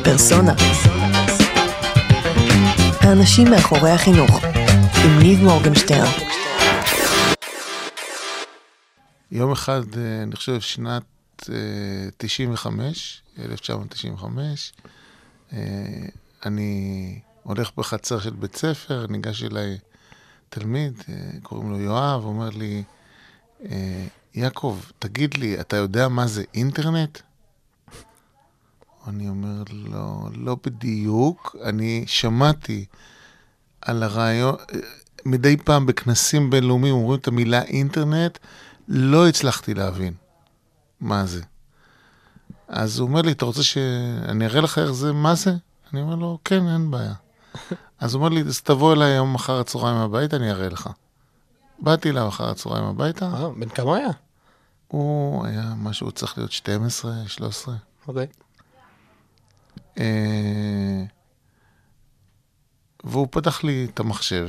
פרסונה. האנשים מאחורי החינוך, עם ניב מורגנשטיין. יום אחד, אני חושב, שנת 1995, אני הולך בחצר של בית ספר, ניגש אליי תלמיד, קוראים לו יואב, אומר לי, יעקב, תגיד לי, אתה יודע מה זה אינטרנט? אני אומר לו, לא בדיוק, אני שמעתי על הרעיון, מדי פעם בכנסים בינלאומיים אומרים את המילה אינטרנט, לא הצלחתי להבין מה זה. אז הוא אומר לי, אתה רוצה שאני אראה לך איך זה, מה זה? אני אומר לו, כן, אין בעיה. אז הוא אומר לי, אז תבוא אליי היום אחר הצהריים הביתה, אני אראה לך. באתי אליו אחר הצהריים הביתה. בן כמה היה? הוא היה משהו, צריך להיות 12, 13. אוקיי. והוא פתח לי את המחשב,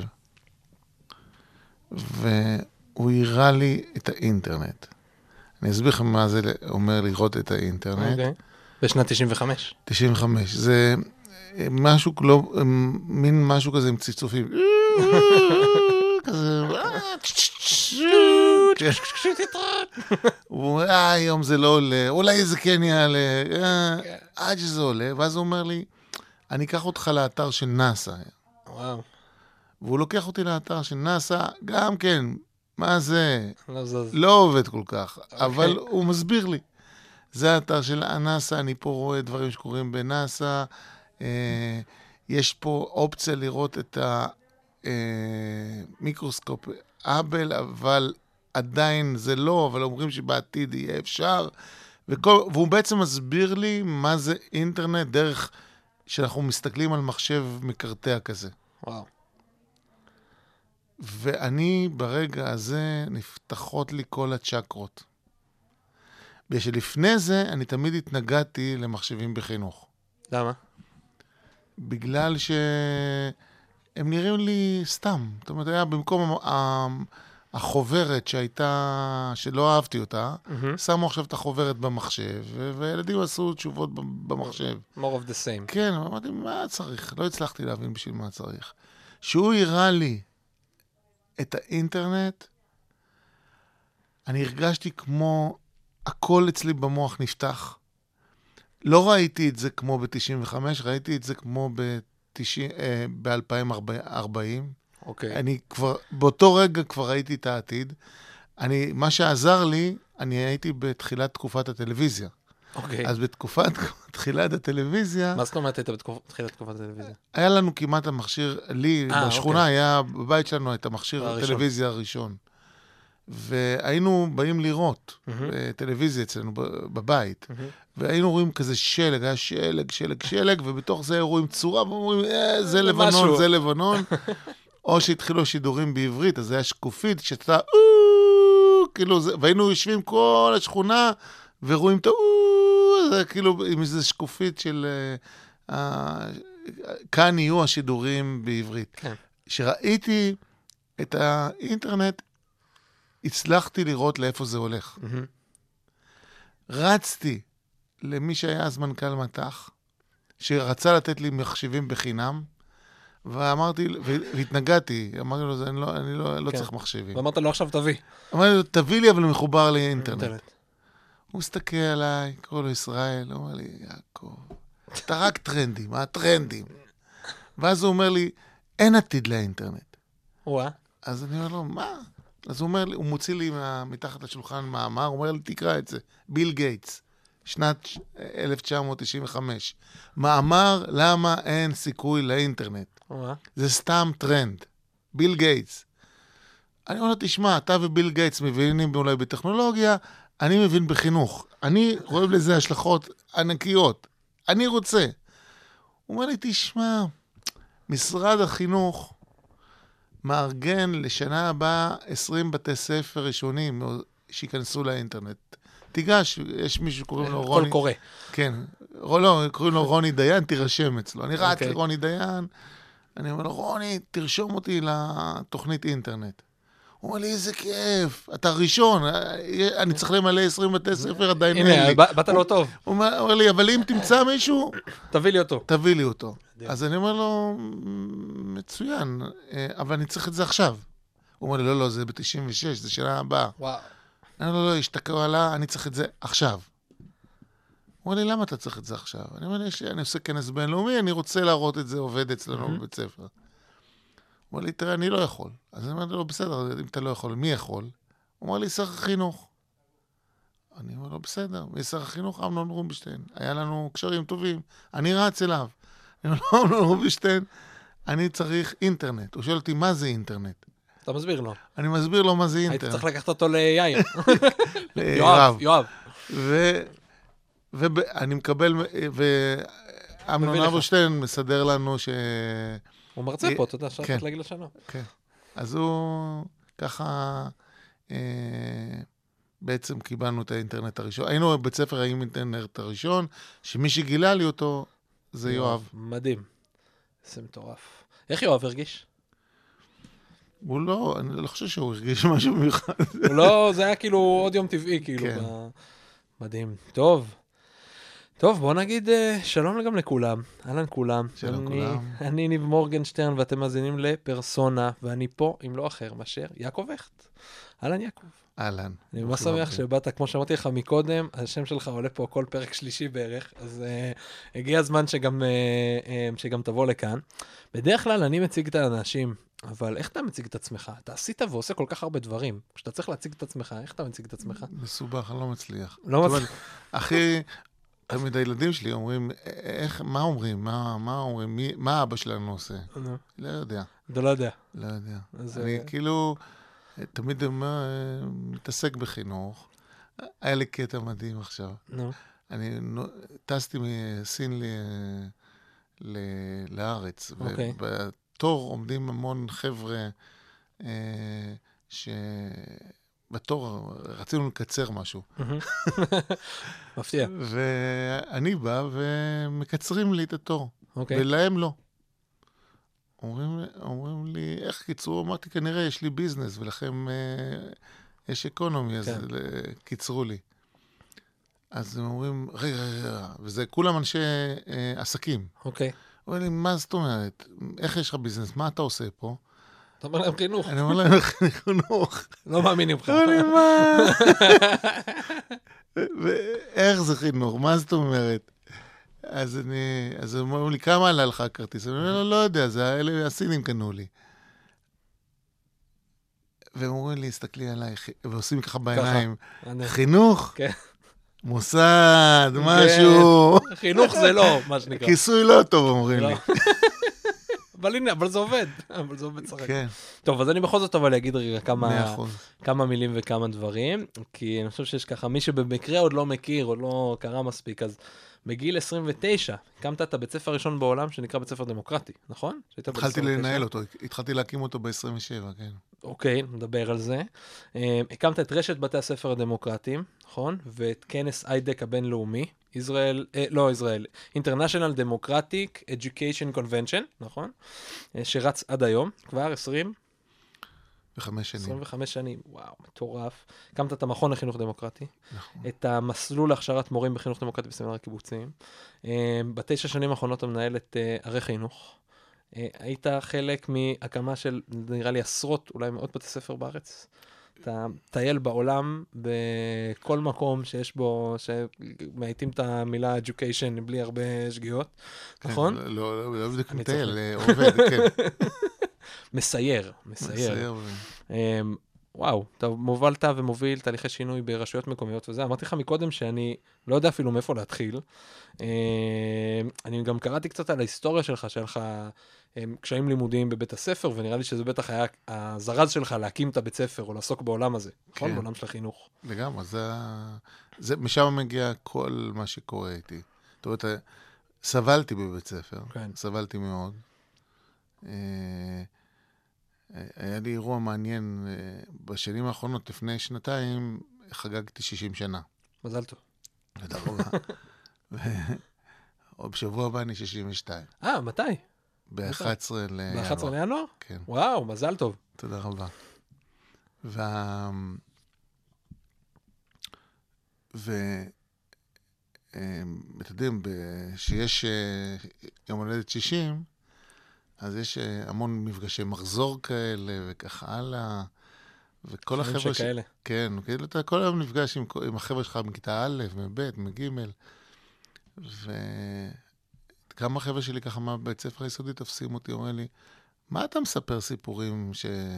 והוא הראה לי את האינטרנט. אני אסביר לכם מה זה אומר לראות את האינטרנט. אוקיי. בשנת 95. 95. זה משהו, מין משהו כזה עם ציצופים. כזה... הוא אומר, היום זה לא עולה, אולי זה כן יעלה, עד שזה עולה, ואז הוא אומר לי, אני אקח אותך לאתר של נאסא. וואו. והוא לוקח אותי לאתר של נאסא, גם כן, מה זה? לא עובד כל כך, אבל הוא מסביר לי. זה האתר של נאסא, אני פה רואה דברים שקורים בנאסא, יש פה אופציה לראות את המיקרוסקופ אבל, אבל עדיין זה לא, אבל אומרים שבעתיד יהיה אפשר, והוא בעצם מסביר לי מה זה אינטרנט דרך שאנחנו מסתכלים על מחשב מקרטע כזה. וואו. ואני ברגע הזה נפתחות לי כל הצ'קרות. ושלפני זה אני תמיד התנגדתי למחשבים בחינוך. למה? בגלל שהם נראים לי סתם. זאת אומרת, היה במקום החוברת שהייתה, שלא אהבתי אותה, שמו עכשיו את החוברת במחשב, וילדים עשו תשובות במחשב. More of the same. כן, אמרתי, מה צריך? לא הצלחתי להבין בשביל מה צריך. שהוא הראה לי את האינטרנט, אני הרגשתי כמו הכל אצלי במוח נפתח. לא ראיתי את זה כמו ב-95, ראיתי את זה כמו ב-2040. אוקיי. אני כבר, באותו רגע כבר ראיתי את העתיד. מה שעזר לי, אני הייתי בתחילת תקופת הטלוויזיה. אוקיי. אז בתחילת הטלוויזיה... מה זאת אומרת היית בתחילת תקופת הטלוויזיה? היה לנו כמעט המכשיר, לי בשכונה היה, בבית שלנו את המכשיר הטלוויזיה הראשון. והיינו באים לראות טלוויזיה אצלנו בבית. והיינו רואים כזה שלג, היה שלג, ובתוך זה רואים צורה, ואומרים, זה לבנון, זה לבנון. או שהתחילו שידורים בעברית, אז זה היה שקופית, שאתה, כאילו, והיינו יושבים כל השכונה, ורואים את זה כאילו, עם איזו שקופית של, כאן יהיו השידורים בעברית. כשראיתי את האינטרנט, הצלחתי לראות לאיפה זה הולך. רצתי למי שהיה אז מנכ"ל מתח, שרצה לתת לי מחשבים בחינם, ואמרתי, והתנגדתי, אמרתי לו, אני לא צריך מחשבים. ואמרת לו, עכשיו תביא. אמרתי לו, תביא לי, אבל הוא מחובר לאינטרנט. הוא מסתכל עליי, קורא לו ישראל, הוא אומר לי, יעקב, אתה רק טרנדים, הטרנדים. ואז הוא אומר לי, אין עתיד לאינטרנט. אז אני אומר לו, מה? אז הוא אומר לי, הוא מוציא לי מתחת לשולחן מאמר, הוא אומר לי, תקרא את זה, ביל גייטס, שנת 1995. מאמר, למה אין סיכוי לאינטרנט. זה סתם טרנד. ביל גייטס. אני אומר לו, תשמע, אתה וביל גייטס מבינים אולי בטכנולוגיה, אני מבין בחינוך. אני רואה לזה השלכות ענקיות. אני רוצה. הוא אומר לי, תשמע, משרד החינוך מארגן לשנה הבאה 20 בתי ספר ראשונים שיכנסו לאינטרנט. תיגש, יש מישהו שקוראים לו רוני. קול קורא. כן. לא, קוראים לו רוני דיין, תירשם אצלו. אני רץ לרוני דיין, אני אומר לו, רוני, תרשום אותי לתוכנית אינטרנט. הוא הוא אומר לי, איזה כיף, אתה ראשון, אני צריך למלא 20 בתי ספר, עדיין אין לי. הנה, באת לא טוב. הוא אומר לי, אבל אם תמצא מישהו, תביא לי אותו. תביא לי אותו. אז אני אומר לו, מצוין, אבל אני צריך את זה עכשיו. הוא אומר לי, לא, זה ב-96, זה שנה הבאה. וואו. אני אומר לו, לא, השתקעו עלה, אני צריך את זה עכשיו. הוא אומר לי, למה אתה צריך את זה עכשיו? אני אומר לי, אני עושה כנס בינלאומי, אני רוצה להראות את זה, עובד אצלנו בבית ספר. הוא אומר לי, תראה, אני לא יכול. אז אני אומר לו, בסדר, אם אתה לא יכול, מי יכול? הוא אומר לי, שר החינוך. אני אומר לו, בסדר, מי שר החינוך? אמנון רובינשטיין. היה לנו קשרים טובים. אני רץ אליו. אני אומר לו, אמנון רובינשטיין, אני צריך אינטרנט. הוא שואל אותי, מה זה אינטרנט? אתה מסביר לו. אני מסביר לו מה זה אינטרנט. היית צריך לקחת אותו ליאיר. יואב. ואני מקבל, ואמנון רובינשטיין מסדר לנו הוא מרצה פה, אתה יודע, אפשר לתת להגיד לשנה. כן. אז הוא ככה, בעצם קיבלנו את האינטרנט הראשון. היינו בבית ספר עם אינטרנט הראשון, שמי שגילה לי אותו זה יואב. מדהים. זה מטורף. איך יואב הרגיש? הוא לא, אני לא חושב שהוא הרגיש משהו מיוחד. הוא לא, זה היה כאילו עוד יום טבעי, כאילו. מדהים. טוב, בואו נגיד שלום גם לכולם. אהלן כולם. שלום כולם. אני ניב מורגנשטרן, ואתם מאזינים לפרסונה, ואני פה עם לא אחר מאשר יעקב הכט. אהלן יעקב. אהלן. אני ממש שמח שבאת, כמו שאמרתי לך מקודם, השם שלך עולה פה כל פרק שלישי בערך, אז הגיע הזמן שגם תבוא לכאן. בדרך כלל אני מציג את האנשים, אבל איך אתה מציג את עצמך? אתה עשית ועושה כל כך הרבה דברים. כשאתה צריך להציג את עצמך, איך אתה מציג את עצמך? מסובך, אני לא מצליח. לא מצליח. אחי, תמיד הילדים שלי אומרים, מה אומרים? מה אומרים? מה אבא שלנו עושה? לא יודע. אתה לא יודע. לא יודע. אני כאילו, תמיד מתעסק בחינוך. היה לי קטע מדהים עכשיו. אני טסתי מסין לארץ, ובתור עומדים המון חבר'ה בתור רצינו לקצר משהו. מפתיע. ואני בא ומקצרים לי את התור. ולהם לא. אומרים לי, איך קיצרו? אמרתי, כנראה יש לי ביזנס, ולכם יש אקונומי, אז קיצרו לי. אז הם אומרים, רגע, וזה כולם אנשי עסקים. אוקיי. אומרים לי, מה זאת אומרת? איך יש לך ביזנס? מה אתה עושה פה? אתה אומר להם חינוך. אני אומר להם חינוך. לא מאמינים לך. אני מה? ואיך זה חינוך? מה זאת אומרת? אז הם אומרים לי, כמה עלה לך הכרטיס? אני אומר, לא יודע, זה האלה הסינים קנו לי. והם אומרים לי, הסתכלי עליי, ועושים ככה בעיניים, חינוך? כן. מוסד, משהו. חינוך זה לא, מה שנקרא. כיסוי לא טוב, אומרים לי. אבל הנה, אבל זה עובד. אבל זה עובד שחק. כן. טוב, אז אני בכל זאת אבל אגיד רגע כמה מילים וכמה דברים, כי אני חושב שיש ככה, מי שבמקרה עוד לא מכיר, עוד לא קרא מספיק, אז בגיל 29, הקמת את הבית ספר הראשון בעולם, שנקרא בית ספר דמוקרטי, נכון? התחלתי לנהל אותו, התחלתי להקים אותו ב-27, כן. אוקיי, נדבר על זה. הקמת את רשת בתי הספר הדמוקרטיים, נכון? ואת כנס איידק הבינלאומי, International Democratic Education Convention, נכון? שרץ עד היום, כבר 25 שנים, וואו, מטורף. הקמת את המכון לחינוך דמוקרטי, את המסלול להכשרת מורים בחינוך דמוקרטי בסמינר הקיבוצים. ב9 שנים האחרונות אתה מנהל את ערי חינוך. היית חלק מהקמה של, נראה לי, עשרות, אולי מאות בתי ספר בארץ. אתה טייל בעולם בכל מקום שיש בו, שמעיטים את המילה education בלי הרבה שגיאות, נכון? לא בדיוק מטייל, עובד, כן. מסייר. וואו, אתה מובלת ומוביל תהליכי שינוי ברשויות מקומיות וזה. אמרתי לך מקודם שאני לא יודע אפילו מאיפה להתחיל. אני גם קראתי קצת על ההיסטוריה שלך, שהיה לך קשיים לימודיים בבית הספר, ונראה לי שזה בטח היה הזרז שלך להקים את הבית ספר או לעסוק בעולם הזה, נכון? בעולם של החינוך. לגמרי, משם מגיע כל מה שקורה איתי. זאת אומרת, סבלתי בבית ספר, סבלתי מאוד. היה לי אירוע מעניין, בשנים האחרונות, לפני שנתיים, חגגתי 60 שנה. מזל טוב. תודה רבה. בשבוע הבא אני 62. מתי? ב-11 לינואר. ב-11 לינואר? כן. וואו, מזל טוב. תודה רבה. אתם יודעים, שיש יום הולדת 60, אז יש המון מפגשי מחזור כאלה, וכך הלאה, וכל החבר'ה שכאלה. כן, כאילו אתה כל היום נפגש עם החבר'ה שלך מכיתה א', מב', מג', וכמה החבר'ה שלי ככה מהבית ספר היסודי תופסים אותי, אומרים לי, מה אתה מספר סיפורים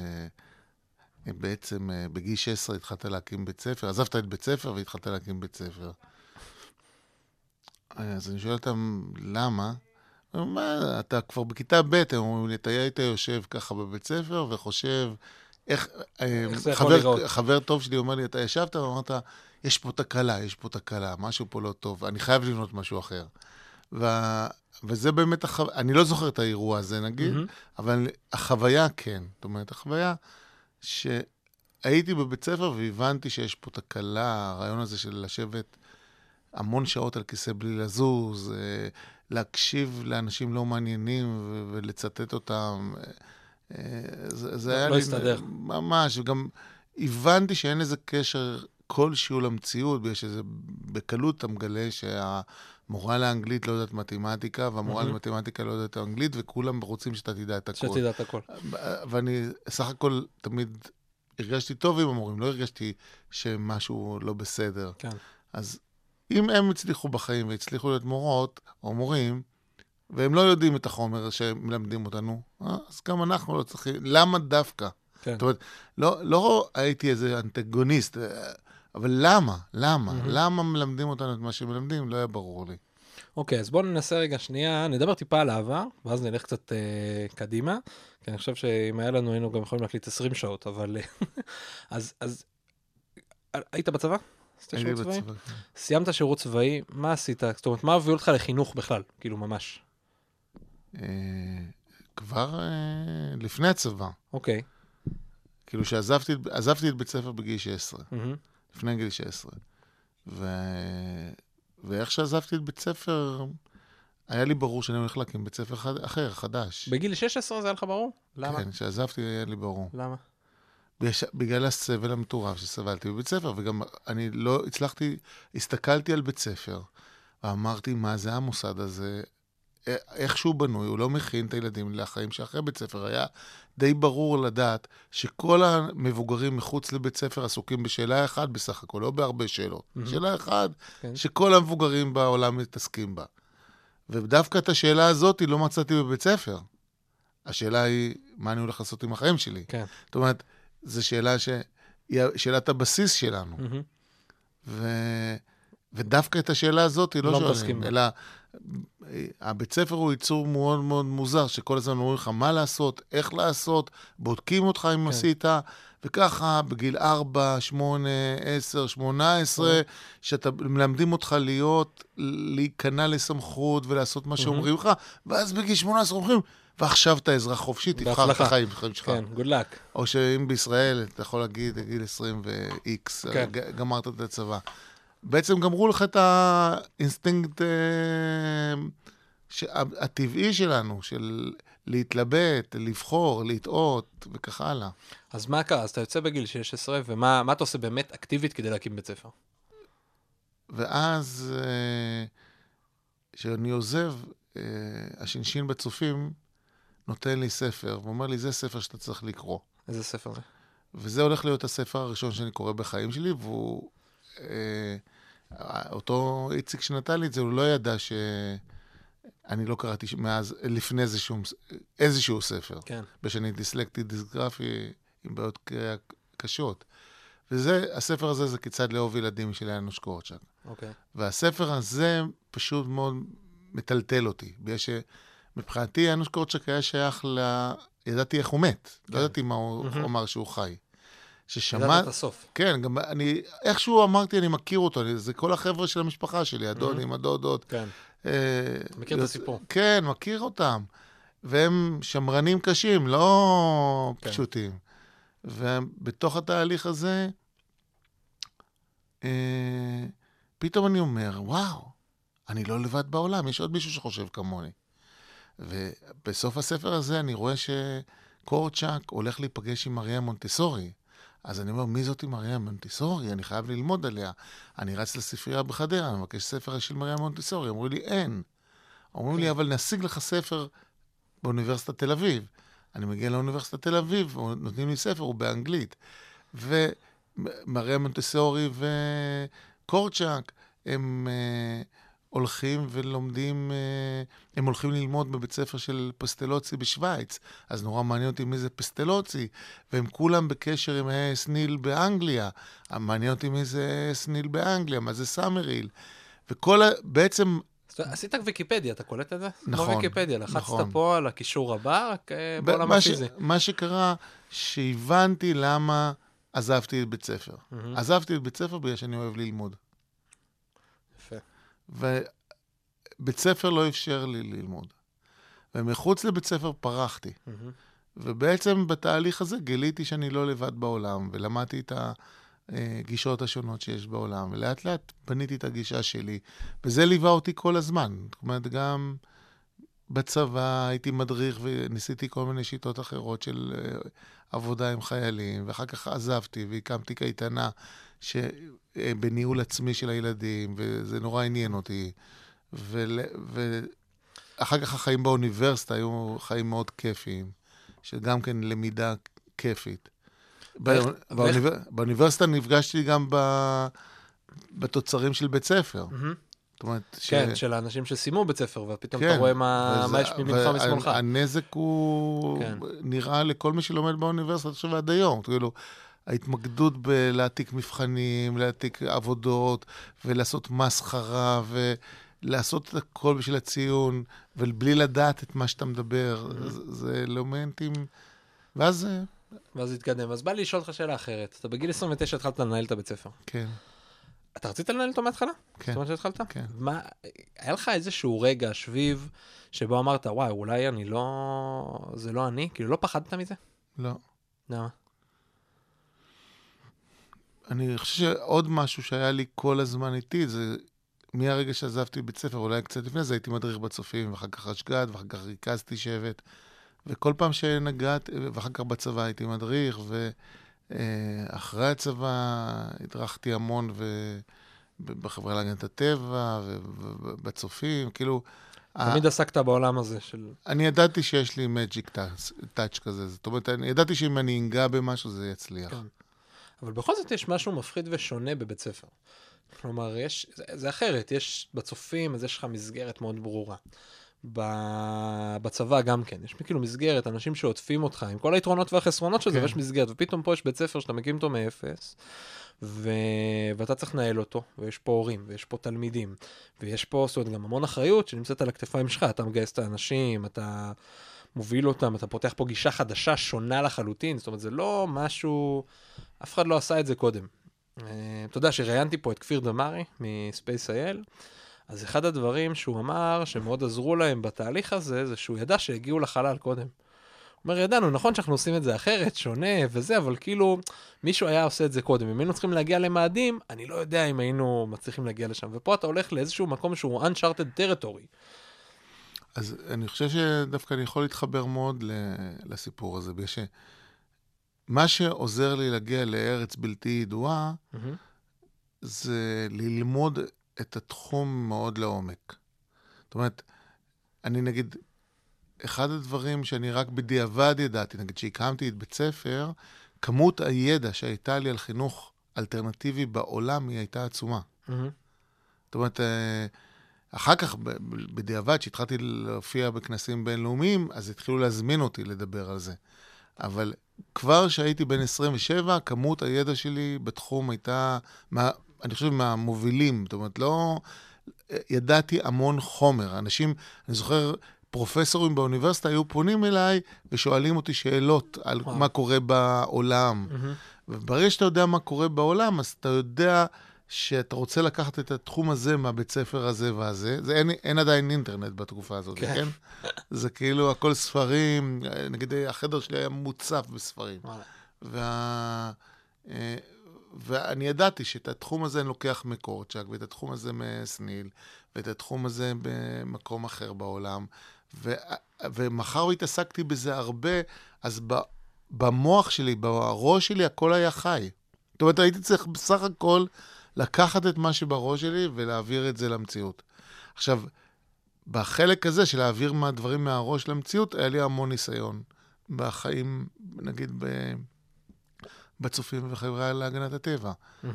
שבעצם בגיל 16 התחלת להקים בית ספר, עזבת את בית ספר והתחלת להקים בית ספר. אז אני שואל אותם, למה? מה, אתה כבר בכיתה ב', הם אומרים לי, אתה היית יושב ככה בבית ספר וחושב, איך זה יכול לראות? חבר טוב שלי אומר לי, אתה ישבת ואמרת, יש פה תקלה, משהו פה לא טוב, אני חייב לבנות משהו אחר. וזה באמת, אני לא זוכר את האירוע הזה נגיד, אבל החוויה כן. זאת אומרת, החוויה שהייתי בבית ספר והבנתי שיש פה תקלה, הרעיון הזה של לשבת המון שעות על כיסא בלי לזוז, להקשיב לאנשים לא מעניינים ולצטט אותם. זה היה לי ממש, וגם הבנתי שאין איזה קשר כלשהו למציאות, בגלל שזה בקלות אתה מגלה שהמורה לאנגלית לא יודעת מתמטיקה, והמורה למתמטיקה לא יודעת אנגלית, וכולם רוצים שאתה תדע את הכל. שתדע את הכל. ואני סך הכל תמיד הרגשתי טוב עם המורים, לא הרגשתי שמשהו לא בסדר. כן. אז אם הם הצליחו בחיים והצליחו להיות מורות או מורים, והם לא יודעים את החומר שמלמדים אותנו, אז גם אנחנו לא צריכים, למה דווקא? כן. זאת אומרת, לא הייתי איזה אנטגוניסט, אבל למה? למה מלמדים אותנו את מה שמלמדים? לא היה ברור לי. אוקיי, אז בואו ננסה רגע שנייה, נדבר טיפה על העבר, ואז נלך קצת קדימה, כי אני חושב שאם היה לנו, היינו גם יכולים להקליט 20 שעות, אבל... אז היית בצבא? הייתי בצבא. סיימת שירות צבאי, מה עשית? זאת אומרת, מה הביאו אותך לחינוך בכלל? כאילו, ממש. כבר לפני הצבא. אוקיי. כאילו שעזבתי את בית ספר בגיל 16. לפני גיל 16. ואיך שעזבתי את בית ספר, היה לי ברור שאני הולך להקים בית ספר אחר, חדש. בגיל 16 זה היה לך ברור? למה? כן, שעזבתי היה לי ברור. למה? בגלל הסבל המטורף שסבלתי בבית ספר, וגם אני לא הצלחתי, הסתכלתי על בית ספר, ואמרתי, מה זה המוסד הזה? איך שהוא בנוי, הוא לא מכין את הילדים לחיים שאחרי בית ספר. היה די ברור לדעת שכל המבוגרים מחוץ לבית ספר עסוקים בשאלה אחת בסך הכל, לא בהרבה שאלות. שאלה אחת שכל המבוגרים בעולם מתעסקים בה. ודווקא את השאלה הזאת לא מצאתי בבית ספר. השאלה היא, מה אני הולך לעשות עם החיים שלי? כן. זאת אומרת, זו שאלה שהיא שאלת הבסיס שלנו. ודווקא את השאלה הזאת היא לא שואלים, אלא הבית ספר הוא ייצור מאוד מאוד מוזר, שכל הזמן אומרים לך מה לעשות, איך לעשות, בודקים אותך אם עשית, וככה בגיל 4, 8, 10, 18, שאתה מלמדים אותך להיכנע לסמכות ולעשות מה שאומרים לך, ואז בגיל 18 אומרים, ועכשיו אתה אזרח חופשי, תבחר את החיים שלך. כן, good luck. או שאם בישראל, אתה יכול להגיד, גיל 20 ו-X, גמרת את הצבא. בעצם גמרו לך את האינסטינקט הטבעי שלנו, של להתלבט, לבחור, לטעות וכך הלאה. אז מה קרה? אז אתה יוצא בגיל 16, ומה אתה עושה באמת אקטיבית כדי להקים בית ספר? ואז, כשאני עוזב, השינשין בצופים נותן לי ספר, ואומר לי, זה ספר שאתה צריך לקרוא. איזה ספר זה? וזה הולך להיות הספר הראשון שאני קורא בחיים שלי, והוא... אותו איציק שנתן לי את זה, הוא לא ידע שאני לא קראתי מאז, לפני איזשהו ספר. כן. בשני דיסלקטי, דיסגרפי, עם בעיות קריאה קשות. הספר הזה זה כיצד לאהוב ילדים של יאנוש קורצ'אק. אוקיי. והספר הזה פשוט מאוד מטלטל אותי, בגלל שמבחינתי יאנוש קורצ'אק היה שייך ידעתי איך הוא מת. לא ידעתי מה הוא אמר שהוא חי. ידעת את הסוף. כן, גם אני, איכשהו אמרתי, אני מכיר אותו, זה כל החבר'ה של המשפחה שלי, הדודים, הדודות. כן. מכיר את הסיפור. כן, מכיר אותם. והם שמרנים קשים, לא פשוטים. ובתוך התהליך הזה, פתאום אני אומר, וואו, אני לא לבד בעולם, יש עוד מישהו שחושב כמוני. ובסוף הספר הזה אני רואה שקורצ'אק הולך להיפגש עם מריה מונטסורי. אז אני אומר, מי זאת מריה מונטיסורי? אני חייב ללמוד עליה. אני רץ לספרייה בחדרה, אני מבקש ספר של מריה מונטיסורי. אמרו לי, אין. אומרים לי, אבל נשיג לך ספר באוניברסיטת תל אביב. אני מגיע לאוניברסיטת תל אביב, נותנים לי ספר, הוא באנגלית. ומריה מונטיסורי וקורצ'אק, הם הולכים ולומדים, הם הולכים ללמוד בבית ספר של פסטלוצי בשוויץ, אז נורא מעניין אותי מי זה פסטלוצי, והם כולם בקשר עם סניל באנגליה, מעניין אותי מי זה סניל באנגליה, מה זה סאמריל, וכל בעצם... עשית ויקיפדיה, אתה קולט את זה? נכון. כמו ויקיפדיה, לחצת נכון. פה על הקישור הבא, רק בעולם הפיזי. מה שקרה, שהבנתי למה עזבתי את בית ספר. עזבתי את בית ספר בגלל שאני אוהב ללמוד. יפה. ובית ספר לא אפשר לי ללמוד. ומחוץ לבית ספר פרחתי. ובעצם בתהליך הזה גיליתי שאני לא לבד בעולם, ולמדתי את הגישות השונות שיש בעולם, ולאט לאט בניתי את הגישה שלי, וזה ליווה אותי כל הזמן. זאת אומרת, גם בצבא הייתי מדריך וניסיתי כל מיני שיטות אחרות של עבודה עם חיילים, ואחר כך עזבתי והקמתי קייטנה בניהול עצמי של הילדים, וזה נורא עניין אותי. ואחר כך החיים באוניברסיטה היו חיים מאוד כיפיים, שגם כן למידה כיפית. באוניברסיטה נפגשתי גם בתוצרים של בית ספר. זאת אומרת כן, של האנשים שסיימו בית ספר, ופתאום אתה רואה מה יש ממך משמאלך. הנזק הוא נראה לכל מי שלומד באוניברסיטה עכשיו עד היום. כאילו, ההתמקדות בלהעתיק מבחנים, להעתיק עבודות, ולעשות מסחרה, ולעשות את הכל בשביל הציון, ובלי לדעת את מה שאתה מדבר, זה אלמנטים, ואז התקדם. אז בא לי לשאול אותך שאלה אחרת. אתה בגיל 29 התחלת לנהל את הבית ספר. כן. אתה רצית לנהל אותו מההתחלה? כן. זאת אומרת שהתחלת? כן. היה לך איזשהו רגע שביב, שבו אמרת, וואי, אולי זה לא אני? כאילו, לא פחדת מזה? לא. למה? אני חושב שעוד משהו שהיה לי כל הזמן איתי, זה מהרגע שעזבתי בית ספר, אולי קצת לפני זה, הייתי מדריך בצופים, ואחר כך השגד, ואחר כך ריכזתי שבט, וכל פעם שנגעת, ואחר כך בצבא הייתי מדריך, ואחרי הצבא הדרכתי המון, בחברה להגנת הטבע, ובצופים, כאילו... תמיד עסקת בעולם הזה של... אני ידעתי שיש לי magic touch כזה, זאת אומרת, אני ידעתי שאם אני אנגע במשהו, זה יצליח. כן. אבל בכל זאת יש משהו מפחיד ושונה בבית ספר. כלומר, זה אחרת, יש בצופים, אז יש לך מסגרת מאוד ברורה. בצבא גם כן, יש כאילו מסגרת, אנשים שעוטפים אותך, עם כל היתרונות והחסרונות של זה, ויש מסגרת, ופתאום פה יש בית ספר שאתה מקים אותו מאפס, ואתה צריך לנהל אותו, ויש פה הורים, ויש פה תלמידים, ויש פה, זאת אומרת, גם המון אחריות שנמצאת על הכתפיים שלך, אתה מגייס את האנשים, אתה מוביל אותם, אתה פותח פה גישה חדשה, שונה לחלוטין, זאת אומרת, זה לא משהו, אף אחד לא עשה את זה קודם. אתה יודע, שראיינתי פה את כפיר דמרי מספייס.il, אז אחד הדברים שהוא אמר, שמאוד עזרו להם בתהליך הזה, זה שהוא ידע שהגיעו לחלל קודם. הוא אומר, ידענו, נכון שאנחנו עושים את זה אחרת, שונה וזה, אבל כאילו, מישהו היה עושה את זה קודם. אם היינו צריכים להגיע למאדים, אני לא יודע אם היינו מצליחים להגיע לשם. ופה אתה הולך לאיזשהו מקום שהוא uncharted territory. אז אני חושב שדווקא אני יכול להתחבר מאוד לסיפור הזה, בגלל שמה שעוזר לי להגיע לארץ בלתי ידועה, זה ללמוד את התחום מאוד לעומק. זאת אומרת, אני נגיד, אחד הדברים שאני רק בדיעבד ידעתי, נגיד שהקמתי את בית ספר, כמות הידע שהייתה לי על חינוך אלטרנטיבי בעולם היא הייתה עצומה. זאת אומרת, אחר כך בדיעבד שהתחלתי להופיע בכנסים בינלאומיים, אז התחילו להזמין אותי לדבר על זה. אבל כבר שהייתי בן 27, כמות הידע שלי בתחום הייתה, אני חושב, מהמובילים. זאת אומרת, לא ידעתי המון חומר. אנשים, אני זוכר, פרופסורים באוניברסיטה היו פונים אליי ושואלים אותי שאלות על מה קורה בעולם. וברגע שאתה יודע מה קורה בעולם, אז אתה יודע שאתה רוצה לקחת את התחום הזה מהבית ספר הזה והזה. אין עדיין אינטרנט בתקופה הזאת, כן? זה כאילו הכל ספרים, נגיד החדר שלי היה מוצף בספרים. ואני ידעתי שאת התחום הזה אני לוקח מקורצ'אק, ואת התחום הזה מסניל, ואת התחום הזה במקום אחר בעולם. ומחר התעסקתי בזה הרבה, אז במוח שלי, בראש שלי, הכל היה חי. זאת אומרת, הייתי צריך בסך הכל לקחת את מה שבראש שלי ולהעביר את זה למציאות. עכשיו, בחלק הזה של להעביר מהדברים מהראש למציאות, היה לי המון ניסיון בחיים, נגיד, בצופים וחברה להגנת הטבע.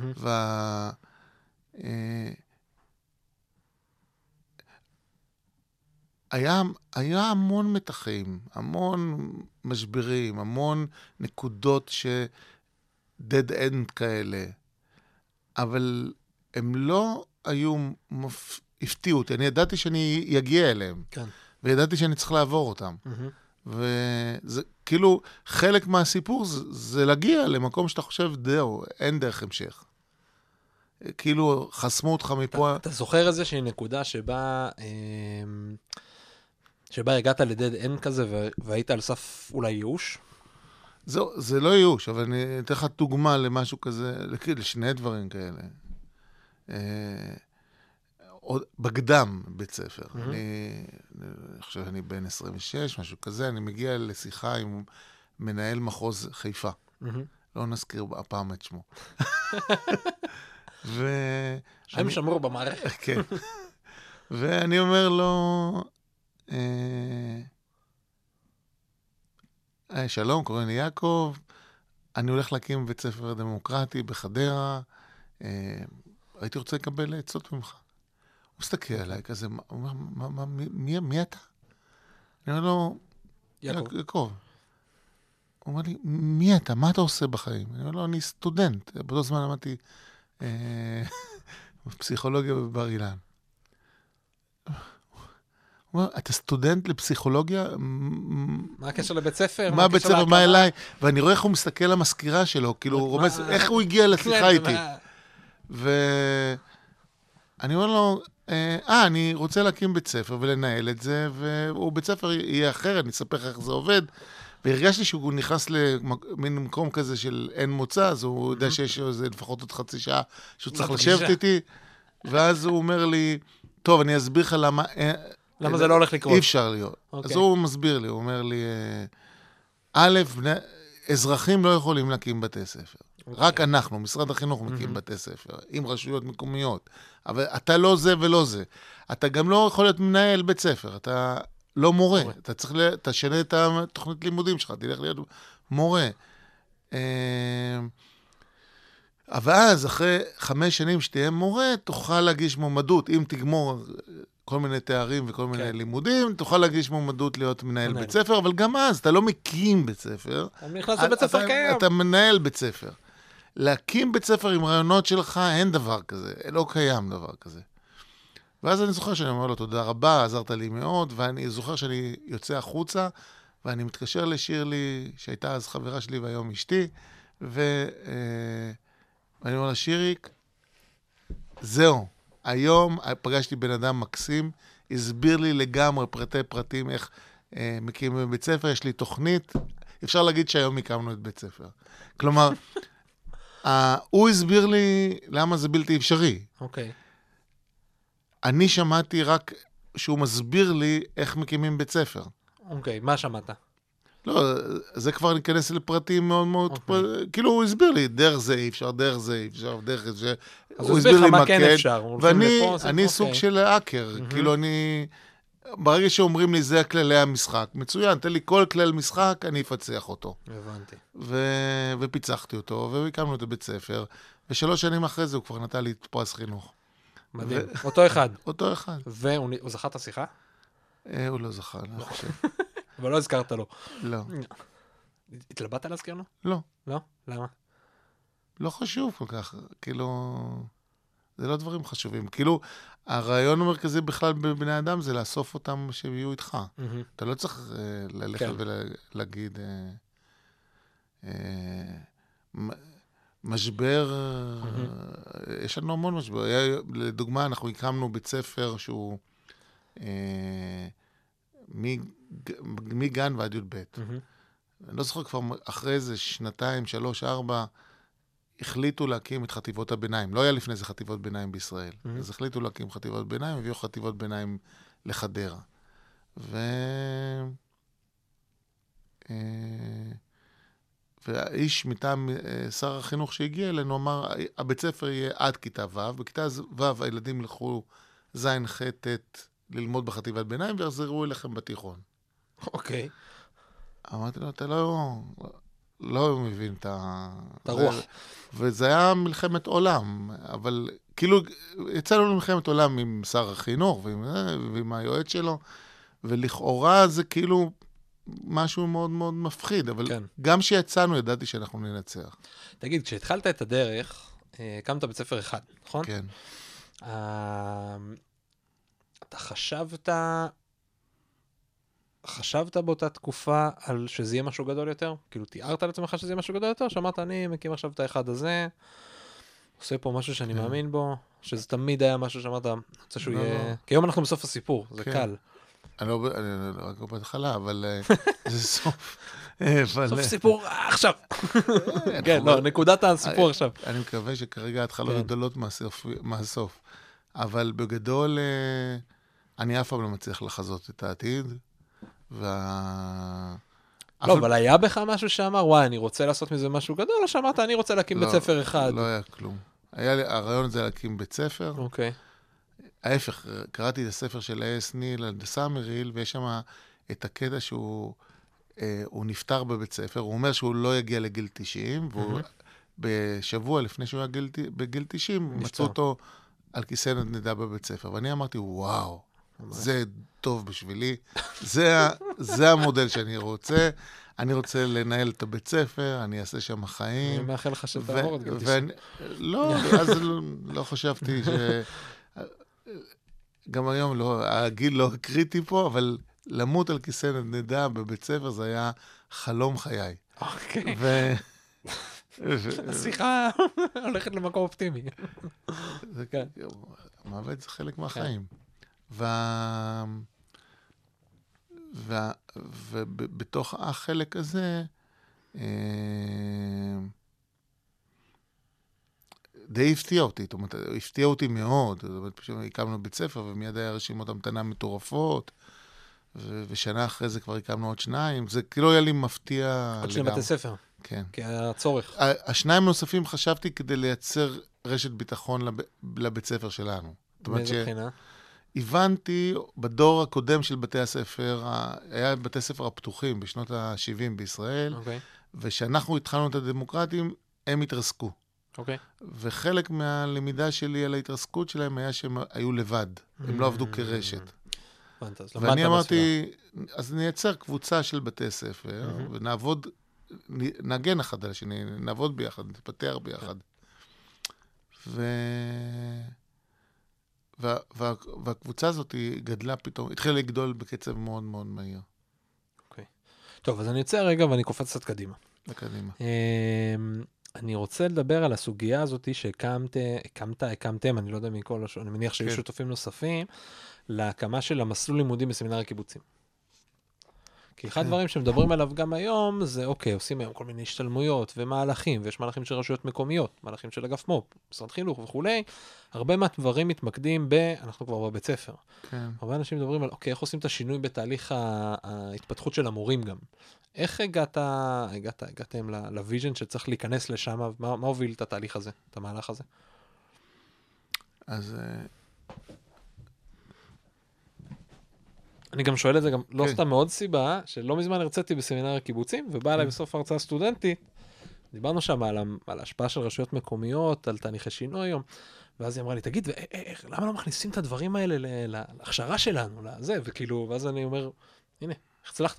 היה המון מתחים, המון משברים, המון נקודות dead end כאלה, אבל הם לא היו הפתיעו אותי. אני ידעתי שאני אגיע אליהם, כן. וידעתי שאני צריך לעבור אותם. וזה כאילו, חלק מהסיפור זה להגיע למקום שאתה חושב, דהו, אין דרך המשך. כאילו, חסמו אותך מפה. אתה זוכר איזושהי נקודה שבה הגעת לדד אנד כזה, והיית על סף אולי ייאוש? זה לא ייאוש, אבל אני אתן לך דוגמה למשהו כזה, לשני דברים כאלה. בקדם בית ספר. אני חושב שאני בן 26, משהו כזה, אני מגיע לשיחה עם מנהל מחוז חיפה. לא נזכיר הפעם את שמו. שם שמרו במערכת. כן. ואני אומר לו, שלום, קוראים לי יעקב, אני הולך להקים בית ספר דמוקרטי בחדרה, הייתי רוצה לקבל עצות ממך. הוא מסתכל עליי כזה, הוא אומר, מי אתה? אני אומר לו, יעקב. הוא אומר לי, מי אתה? מה אתה עושה בחיים? אני אומר לו, אני סטודנט. באותו זמן למדתי פסיכולוגיה בבר אילן. הוא אומר, אתה סטודנט לפסיכולוגיה? מה הקשר לבית ספר? מה בית ספר? מה אליי? ואני רואה איך הוא מסתכל על המזכירה שלו, כאילו הוא רומז, איך הוא הגיע לשיחה איתי. ואני אומר לו, אני רוצה להקים בית ספר ולנהל את זה, ובית ספר יהיה אחר, אני אספר לך איך זה עובד. והרגשתי שהוא נכנס למין מקום כזה של אין מוצא, אז הוא יודע שיש לפחות עוד חצי שעה שהוא צריך לשבת איתי, ואז הוא אומר לי, טוב, אני אסביר לך למה זה לא הולך לקרות. אי אפשר להיות. אז הוא מסביר לי, הוא אומר לי, א', אזרחים לא יכולים להקים בתי ספר. רק אנחנו, משרד החינוך מקים בתי ספר, עם רשויות מקומיות. אבל אתה לא זה ולא זה. אתה גם לא יכול להיות מנהל בית ספר, אתה לא מורה. אתה צריך, תשנה את התוכנית לימודים שלך, תלך להיות מורה. אבל אז, אחרי 5 שנים שתהיה מורה, תוכל להגיש מועמדות, אם תגמור כל מיני תארים וכל מיני לימודים, תוכל להגיש מועמדות להיות מנהל בית ספר, אבל גם אז, אתה לא מקים בית ספר. אתה נכנס לבית ספר קיים. אתה מנהל בית ספר. להקים בית ספר עם רעיונות שלך, אין דבר כזה, לא קיים דבר כזה. ואז אני זוכר שאני אומר לו, תודה רבה, עזרת לי מאוד, ואני זוכר שאני יוצא החוצה, ואני מתקשר לשירלי, שהייתה אז חברה שלי והיום אשתי, ואני אומר לה, שיריק, זהו, היום פגשתי בן אדם מקסים, הסביר לי לגמרי פרטים איך מקימים בבית ספר, יש לי תוכנית, אפשר להגיד שהיום הקמנו את בית ספר. כלומר, הוא הסביר לי למה זה בלתי אפשרי. אוקיי. אני שמעתי רק שהוא מסביר לי איך מקימים בית ספר. אוקיי, מה שמעת? לא, זה כבר ניכנס לפרטים מאוד מאוד, כאילו הוא הסביר לי, דרך זה אי אפשר, דרך זה אי אפשר, דרך זה, הוא הסביר לך מה כן אפשר. ואני סוג של האקר, כאילו אני, ברגע שאומרים לי זה כללי המשחק, מצוין, תן לי כל כלל משחק, אני אפצח אותו. הבנתי. ופיצחתי אותו, והקמנו את הבית ספר, ו3 שנים אחרי זה הוא כבר נתן לי את פרס חינוך. מדהים, אותו אחד. אותו אחד. והוא זכה את השיחה? הוא לא זכה, אני חושב. אבל לא הזכרת לו. לא. התלבטת להזכיר לו? לא. לא? למה? לא חשוב כל כך, כאילו, זה לא דברים חשובים. כאילו, הרעיון המרכזי בכלל בבני אדם זה לאסוף אותם שיהיו איתך. אתה לא צריך ללכת ולהגיד, משבר, יש לנו המון משבר. לדוגמה, אנחנו הקמנו בית ספר שהוא מגן ועד י"ב. אני לא זוכר כבר אחרי איזה 2, 3, 4, החליטו להקים את חטיבות הביניים. לא היה לפני זה חטיבות ביניים בישראל. אז החליטו להקים חטיבות ביניים, הביאו חטיבות ביניים לחדרה. והאיש מטעם שר החינוך שהגיע אלינו אמר, הבית ספר יהיה עד כיתה ו', בכיתה ו' הילדים ילכו ז' ח' ט' ללמוד בחטיבת ביניים, ויחזרו אליכם בתיכון. אוקיי. אמרתי לו, אתה לא מבין את הרוח. וזה היה מלחמת עולם, אבל כאילו יצאנו למלחמת עולם עם שר החינוך ועם היועץ שלו, ולכאורה זה כאילו משהו מאוד מאוד מפחיד, אבל כן. גם כשיצאנו ידעתי שאנחנו ננצח. תגיד, כשהתחלת את הדרך, הקמת בית ספר אחד, נכון? כן. אתה חשבת באותה תקופה על שזה יהיה משהו גדול יותר? כאילו, תיארת לעצמך שזה יהיה משהו גדול יותר? שאמרת, אני מקים עכשיו את האחד הזה, עושה פה משהו שאני מאמין בו, שזה תמיד היה משהו שאמרת, אני רוצה שהוא יהיה... כי היום אנחנו בסוף הסיפור, זה קל. אני רק בהתחלה, אבל זה סוף. סוף סיפור עכשיו. כן, לא, נקודת הסיפור עכשיו. אני מקווה שכרגע ההתחלות גדולות מהסוף. אבל בגדול, אני אף פעם לא מצליח לחזות את העתיד. לא, אבל היה בך משהו שאמר, וואי, אני רוצה לעשות מזה משהו גדול, או שאמרת, אני רוצה להקים בית ספר אחד? לא היה כלום. הרעיון הזה להקים בית ספר. אוקיי. ההפך, קראתי את הספר של אס ניל על דסאמריל, ויש שם את הקטע שהוא נפטר בבית ספר, הוא אומר שהוא לא יגיע לגיל 90, והוא בשבוע לפני שהוא היה בגיל 90, מצאו אותו על כיסא נדנדה בבית ספר. ואני אמרתי, וואו, זה טוב בשבילי, זה המודל שאני רוצה, אני רוצה לנהל את הבית ספר, אני אעשה שם חיים. אני מאחל לך שתעבור את גיל 90. לא, אז לא חשבתי גם היום הגיל לא קריטי פה, אבל למות על כיסא נדנדה בבית ספר זה היה חלום חיי. אוקיי. השיחה הולכת למקום אופטימי. המוות זה חלק מהחיים. ובתוך החלק הזה, די הפתיע אותי, זאת אומרת, הפתיע אותי מאוד, זאת אומרת, פשוט הקמנו בית ספר, ומיד היה רשימות המתנה מטורפות, ושנה אחרי זה כבר הקמנו עוד 2, זה כאילו היה לי מפתיע לגמרי. עוד 2 בתי ספר. כן. כי היה הצורך. 2 נוספים חשבתי כדי לייצר רשת ביטחון לבית ספר שלנו. מאיזה בחינה? הבנתי, בדור הקודם של בתי הספר, היה בתי ספר הפתוחים בשנות ה-70 בישראל, ושאנחנו התחלנו את הדמוקרטים, הם התרסקו. אוקיי. וחלק מהלמידה שלי על ההתרסקות שלהם היה שהם היו לבד, הם לא עבדו כרשת. ואני אמרתי, אז נייצר קבוצה של בתי ספר, ונעבוד, נגן אחד על השני, נעבוד ביחד, נתפתח ביחד. והקבוצה הזאת גדלה פתאום, התחילה לגדול בקצב מאוד מאוד מהיר. אוקיי. טוב, אז אני יוצא רגע ואני קופץ קצת קדימה. לקדימה. אני רוצה לדבר על הסוגיה הזאת שהקמתם, אני לא יודע מכל, אני מניח שהיו שותפים נוספים, להקמה של המסלול לימודים בסמינר הקיבוצים. כי אחד הדברים שמדברים עליו גם היום, זה אוקיי, עושים היום כל מיני השתלמויות ומהלכים, ויש מהלכים של רשויות מקומיות, מהלכים של אגף מו"פ, משרד חינוך וכולי, הרבה מהדברים מתמקדים אנחנו כבר בבית ספר. כן. הרבה אנשים מדברים על, אוקיי, איך עושים את השינוי בתהליך ההתפתחות של המורים גם. איך הגעתם לוויז'ן שצריך להיכנס לשם, מה הוביל את התהליך הזה, את המהלך הזה? אז אני גם שואל את זה גם, לא סתם מאוד סיבה, שלא מזמן הרציתי בסמינר הקיבוצים, ובא אליי בסוף הרצאה סטודנטית, דיברנו שם על ההשפעה של רשויות מקומיות, על תהליכי שינוי היום, ואז היא אמרה לי, תגיד, למה לא מכניסים את הדברים האלה להכשרה שלנו, לזה, וכאילו, ואז אני אומר, הנה, איך הצלחת?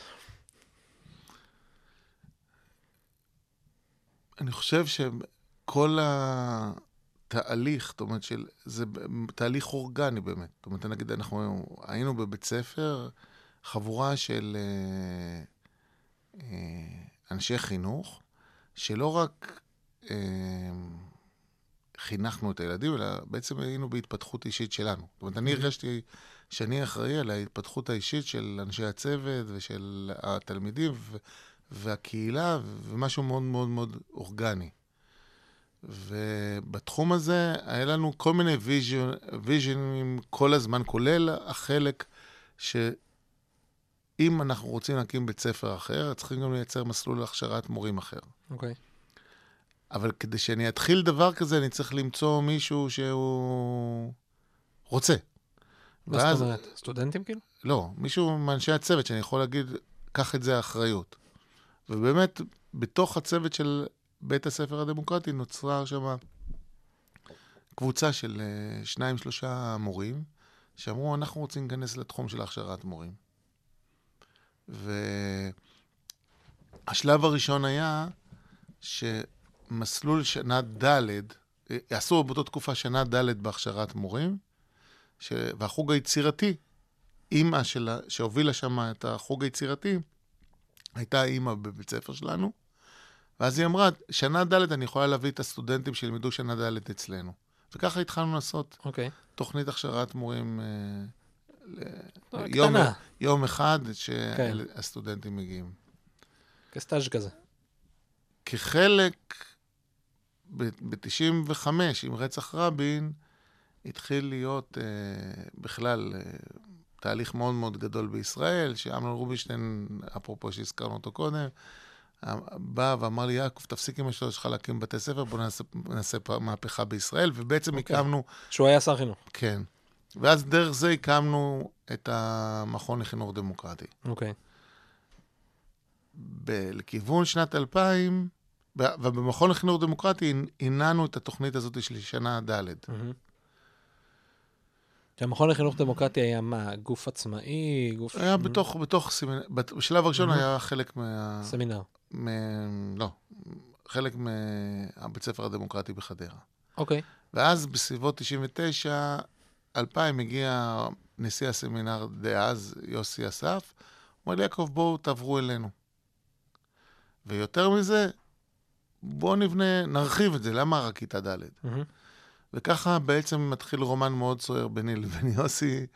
אני חושב שכל תהליך, זאת אומרת, זה תהליך אורגני באמת. זאת אומרת, נגיד, אנחנו היינו בבית ספר, חבורה של אנשי חינוך, שלא רק חינכנו את הילדים, אלא בעצם היינו בהתפתחות אישית שלנו. זאת אומרת, אני הרגשתי שאני אחראי על ההתפתחות האישית של אנשי הצוות ושל התלמידים והקהילה, ומשהו מאוד מאוד מאוד אורגני. ובתחום הזה היה לנו כל מיני ויז'נים כל הזמן, כולל החלק אם אנחנו רוצים להקים בית ספר אחר, צריכים גם לייצר מסלול להכשרת מורים אחר. אוקיי. אבל כדי שאני אתחיל דבר כזה, אני צריך למצוא מישהו שהוא רוצה. מה זאת אומרת? סטודנטים כאילו? לא, מישהו מאנשי הצוות שאני יכול להגיד, קח את זה האחריות. ובאמת, בתוך הצוות של בית הספר הדמוקרטי נוצרה שם קבוצה של 2-3 מורים, שאמרו, אנחנו רוצים להיכנס לתחום של הכשרת מורים. והשלב הראשון היה שמסלול שנה ד', עשו באותה תקופה שנה ד' בהכשרת מורים, והחוג היצירתי, אימא שהובילה שם את החוג היצירתי, הייתה אימא בבית ספר שלנו, ואז היא אמרה, שנה ד' אני יכולה להביא את הסטודנטים שילמדו שנה ד' אצלנו. וככה התחלנו לעשות תוכנית הכשרת מורים יום אחד שהסטודנטים מגיעים. כסטאז' כזה. כחלק, ב-95 עם רצח רבין, התחיל להיות בכלל תהליך מאוד מאוד גדול בישראל, שאמנון רובינשטיין, אפרופו שהזכרנו אותו קודם, בא ואמר לי, יעקב, תפסיק עם השאלה שלך להקים בתי ספר, בוא נעשה מהפכה בישראל, ובעצם הקמנו... שהוא היה שר חינוך. כן. ואז דרך זה הקמנו את המכון לחינוך דמוקרטי. אוקיי. לכיוון שנת 2000, ובמכון לחינוך דמוקרטי הנענו את התוכנית הזאת של שנה ד'. שהמכון לחינוך דמוקרטי היה מה? גוף עצמאי? היה בתוך סמינר, בשלב הראשון היה חלק סמינר. לא, חלק מהבית ספר הדמוקרטי בחדרה. אוקיי. ואז בסביבות 99, 2000 הגיע נשיא הסמינר דאז, יוסי אסף, אמר לי, יעקב, בואו תעברו אלינו. ויותר מזה, בואו נרחיב את זה, למה רק כיתה ד'? וככה בעצם מתחיל רומן מאוד סוער ביני לבין יוסי,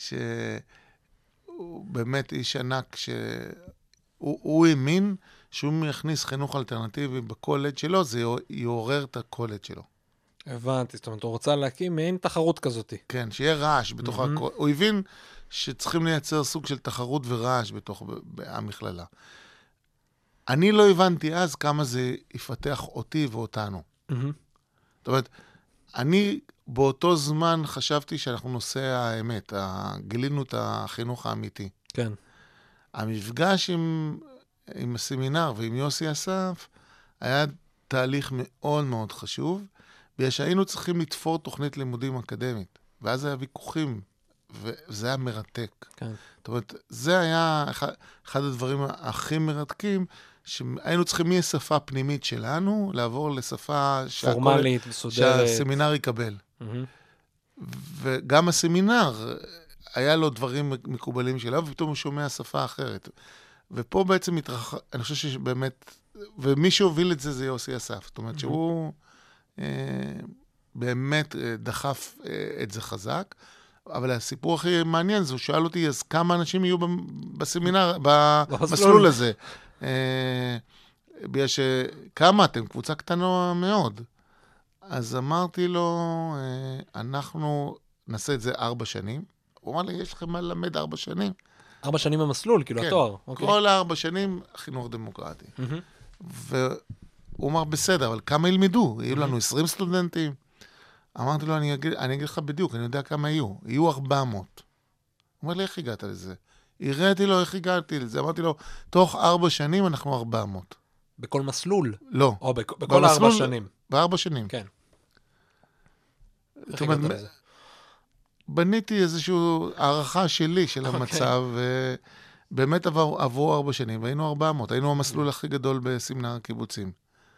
שהוא באמת איש ענק, שהוא האמין שהוא יכניס חינוך אלטרנטיבי בקולג' שלו, זה יעורר את הקולג' שלו. הבנתי, זאת אומרת, הוא רוצה להקים מעין תחרות כזאת. כן, שיהיה רעש בתוך הקולג'. הוא הבין שצריכים לייצר סוג של תחרות ורעש בתוך המכללה. אני לא הבנתי אז כמה זה יפתח אותי ואותנו. זאת אומרת, אני באותו זמן חשבתי שאנחנו נושא האמת, גילינו את החינוך האמיתי. כן. המפגש עם הסמינר ועם יוסי אסף היה תהליך מאוד מאוד חשוב, בגלל שהיינו צריכים לתפור תוכנית לימודים אקדמית, ואז היה ויכוחים, וזה היה מרתק. כן. זאת אומרת, זה היה אחד הדברים הכי מרתקים, שהיינו צריכים משפה פנימית שלנו, לעבור לשפה פורמלית וסודרת. שהסמינר יקבל. וגם הסמינר, היה לו דברים מקובלים שלו, ופתאום הוא שומע שפה אחרת. ופה בעצם אני חושב שבאמת, ומי שהוביל את זה זה יוסי אסף. זאת אומרת שהוא באמת דחף את זה חזק, אבל הסיפור הכי מעניין זה, הוא שאל אותי, אז כמה אנשים יהיו בסמינר, במסלול הזה? בגלל שכמה אתם? קבוצה קטנה מאוד. אז אמרתי לו, אנחנו נעשה את זה 4 שנים. הוא אמר לי, יש לכם מה ללמד 4 שנים? 4 שנים במסלול, כאילו, כן, התואר. כל 4 שנים חינוך דמוקרטי. והוא אמר, בסדר, אבל כמה ילמדו? יהיו לנו 20 סטודנטים? אמרתי לו, אני אגיד לך בדיוק, אני יודע כמה יהיו. יהיו 400. הוא אומר לי, איך הגעת לזה? הראיתי לו איך הגעתי לזה. אמרתי לו, תוך 4 שנים אנחנו 400. בכל מסלול? לא. או בכל 4 שנים? ב4 שנים. כן. איך הגעת לזה? בניתי איזושהי הערכה שלי של המצב, ובאמת עברו 4 שנים, והיינו 400. היינו המסלול הכי גדול בסמינר הקיבוצים.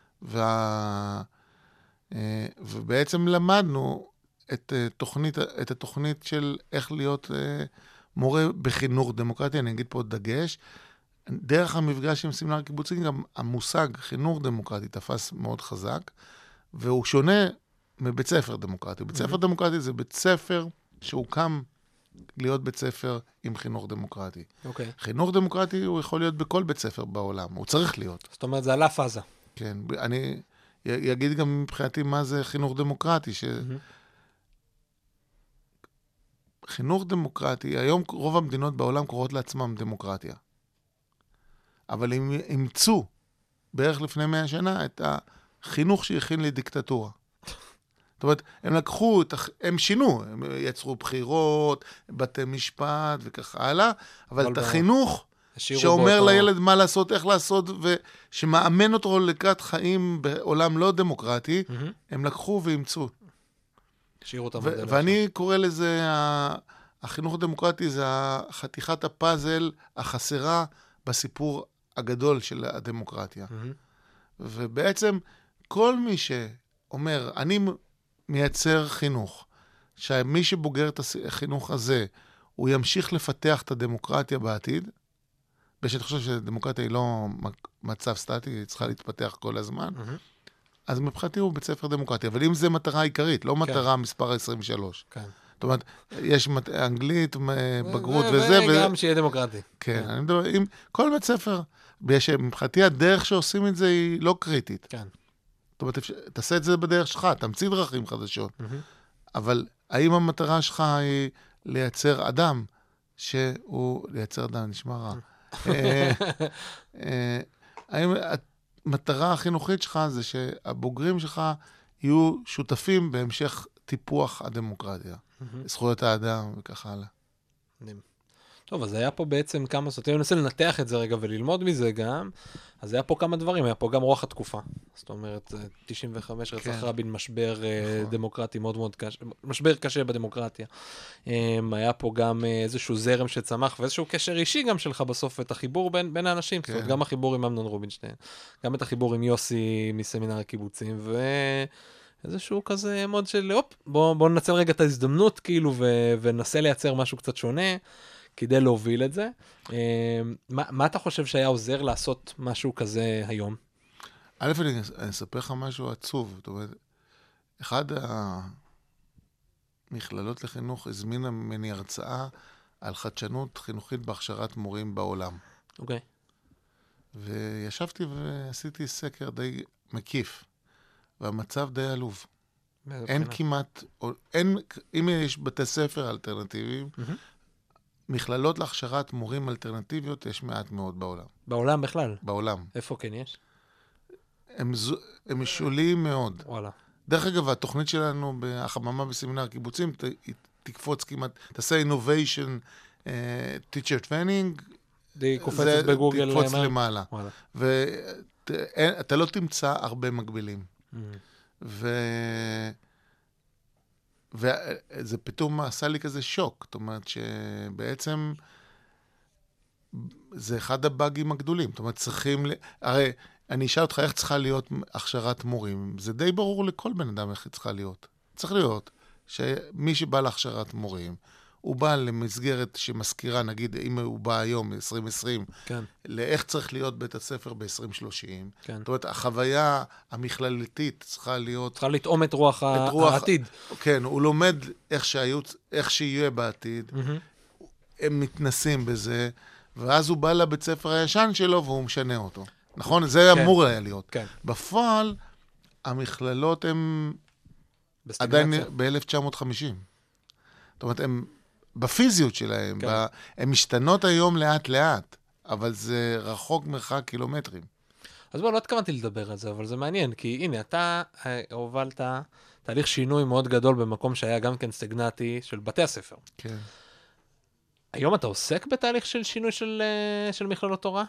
ובעצם למדנו את התוכנית של איך להיות מורה בחינוך דמוקרטי, אני אגיד פה דגש. דרך המפגש עם סמינר הקיבוצים, גם המושג חינוך דמוקרטי תפס מאוד חזק, והוא שונה מבית ספר דמוקרטי. בית ספר דמוקרטי זה בית ספר שהוקם להיות בית ספר עם חינוך דמוקרטי. אוקיי. חינוך דמוקרטי הוא יכול להיות בכל בית ספר בעולם, הוא צריך להיות. זאת אומרת, זה עלה פאזה. כן, אני אגיד גם מבחינתי מה זה חינוך דמוקרטי, חינוך דמוקרטי, היום רוב המדינות בעולם קוראות לעצמם דמוקרטיה. אבל הם אימצו בערך לפני 100 שנה את החינוך שהכין לדיקטטורה. זאת אומרת, הם לקחו, הם שינו, הם יצרו בחירות, בתי משפט וכך הלאה, אבל את החינוך שאומר לילד מה לעשות, איך לעשות, ושמאמן אותו לקראת חיים בעולם לא דמוקרטי, הם לקחו ואימצו. ואני קורא לזה, החינוך הדמוקרטי זה חתיכת הפאזל החסרה בסיפור הגדול של הדמוקרטיה. ובעצם כל מי שאומר, אני מייצר חינוך, שמי שבוגר את החינוך הזה, הוא ימשיך לפתח את הדמוקרטיה בעתיד, בשביל חושב שדמוקרטיה היא לא מצב סטטי, היא צריכה להתפתח כל הזמן, אז מבחינתי הוא בית ספר דמוקרטי. אבל אם זה מטרה עיקרית, לא מטרה מספר 23. כן. זאת אומרת, יש אנגלית, בגרות וזה. וגם שיהיה דמוקרטי. כן, אני מדבר, כל בית ספר, מבחינתי הדרך שעושים את זה היא לא קריטית. כן. זאת אומרת, תעשה את זה בדרך שלך, תמציא דרכים חדשות. אבל האם המטרה שלך היא לייצר אדם, שהוא, לייצר אדם נשמע רע. האם המטרה החינוכית שלך זה שהבוגרים שלך יהיו שותפים בהמשך טיפוח הדמוקרטיה, זכויות האדם וכך הלאה. טוב, אז היה פה בעצם כמה, זאת אומרת, אני מנסה לנתח את זה רגע וללמוד מזה גם, אז היה פה כמה דברים, היה פה גם רוח התקופה. זאת אומרת, 95 רצח רבין, משבר דמוקרטי מאוד מאוד קשה, משבר קשה בדמוקרטיה. היה פה גם איזשהו זרם שצמח, ואיזשהו קשר אישי גם שלך בסוף, את החיבור בין האנשים, זאת אומרת, גם החיבור עם אמנון רובינשטיין, גם את החיבור עם יוסי מסמינר הקיבוצים, איזשהו כזה מוד של, בוא ננצל רגע את ההזדמנות, כאילו, וננסה לייצר משהו קצת שונה, כדי להוביל את זה. מה אתה חושב שהיה עוזר לעשות משהו כזה היום? א', אני אספר לך משהו עצוב. זאת אומרת, אחד המכללות לחינוך הזמינה ממני הרצאה על חדשנות חינוכית בהכשרת מורים בעולם. אוקיי. וישבתי ועשיתי סקר די מקיף, והמצב די עלוב. אין כמעט, אם יש בתי ספר אלטרנטיביים, מכללות להכשרת מורים אלטרנטיביות יש מעט מאוד בעולם. בעולם בכלל? בעולם. איפה כן יש? הם משולים מאוד. וואלה. דרך אגב, התוכנית שלנו בחממה בסמינר הקיבוצים, תקפוץ כמעט, תעשה innovation teacher training, די קופצת בגוגל. תקפוץ למעלה. ואתה לא תמצא הרבה מקבילים. וזה פתאום עשה לי כזה שוק, זאת אומרת שבעצם זה אחד הבאגים הגדולים, זאת אומרת צריכים, הרי אני אשאל אותך איך צריכה להיות הכשרת מורים, זה די ברור לכל בן אדם איך היא צריכה להיות. צריך להיות שמי שבא להכשרת מורים, הוא בא למסגרת שמזכירה, נגיד אם הוא בא היום, 2020, כן. לאיך צריך להיות בית הספר ב-2030. כן. זאת אומרת, החוויה המכללתית צריכה להיות... צריכה לטעום את רוח העתיד. כן, הוא לומד איך שיהיה בעתיד, הם מתנסים בזה, ואז הוא בא לבית ספר הישן שלו והוא משנה אותו. נכון? זה כן. אמור היה להיות. כן. בפועל, המכללות הן עדיין ב-1950. זאת אומרת, הם... בפיזיות שלהם, כן. הם משתנות היום לאט לאט, אבל זה רחוק מרחק קילומטרים. אז בואו, לא התכוונתי לדבר על זה, אבל זה מעניין, כי הנה, אתה הובלת תהליך שינוי מאוד גדול במקום שהיה גם כן סטגנטי של בתי הספר. כן. היום אתה עוסק בתהליך של שינוי של מכללות תורה?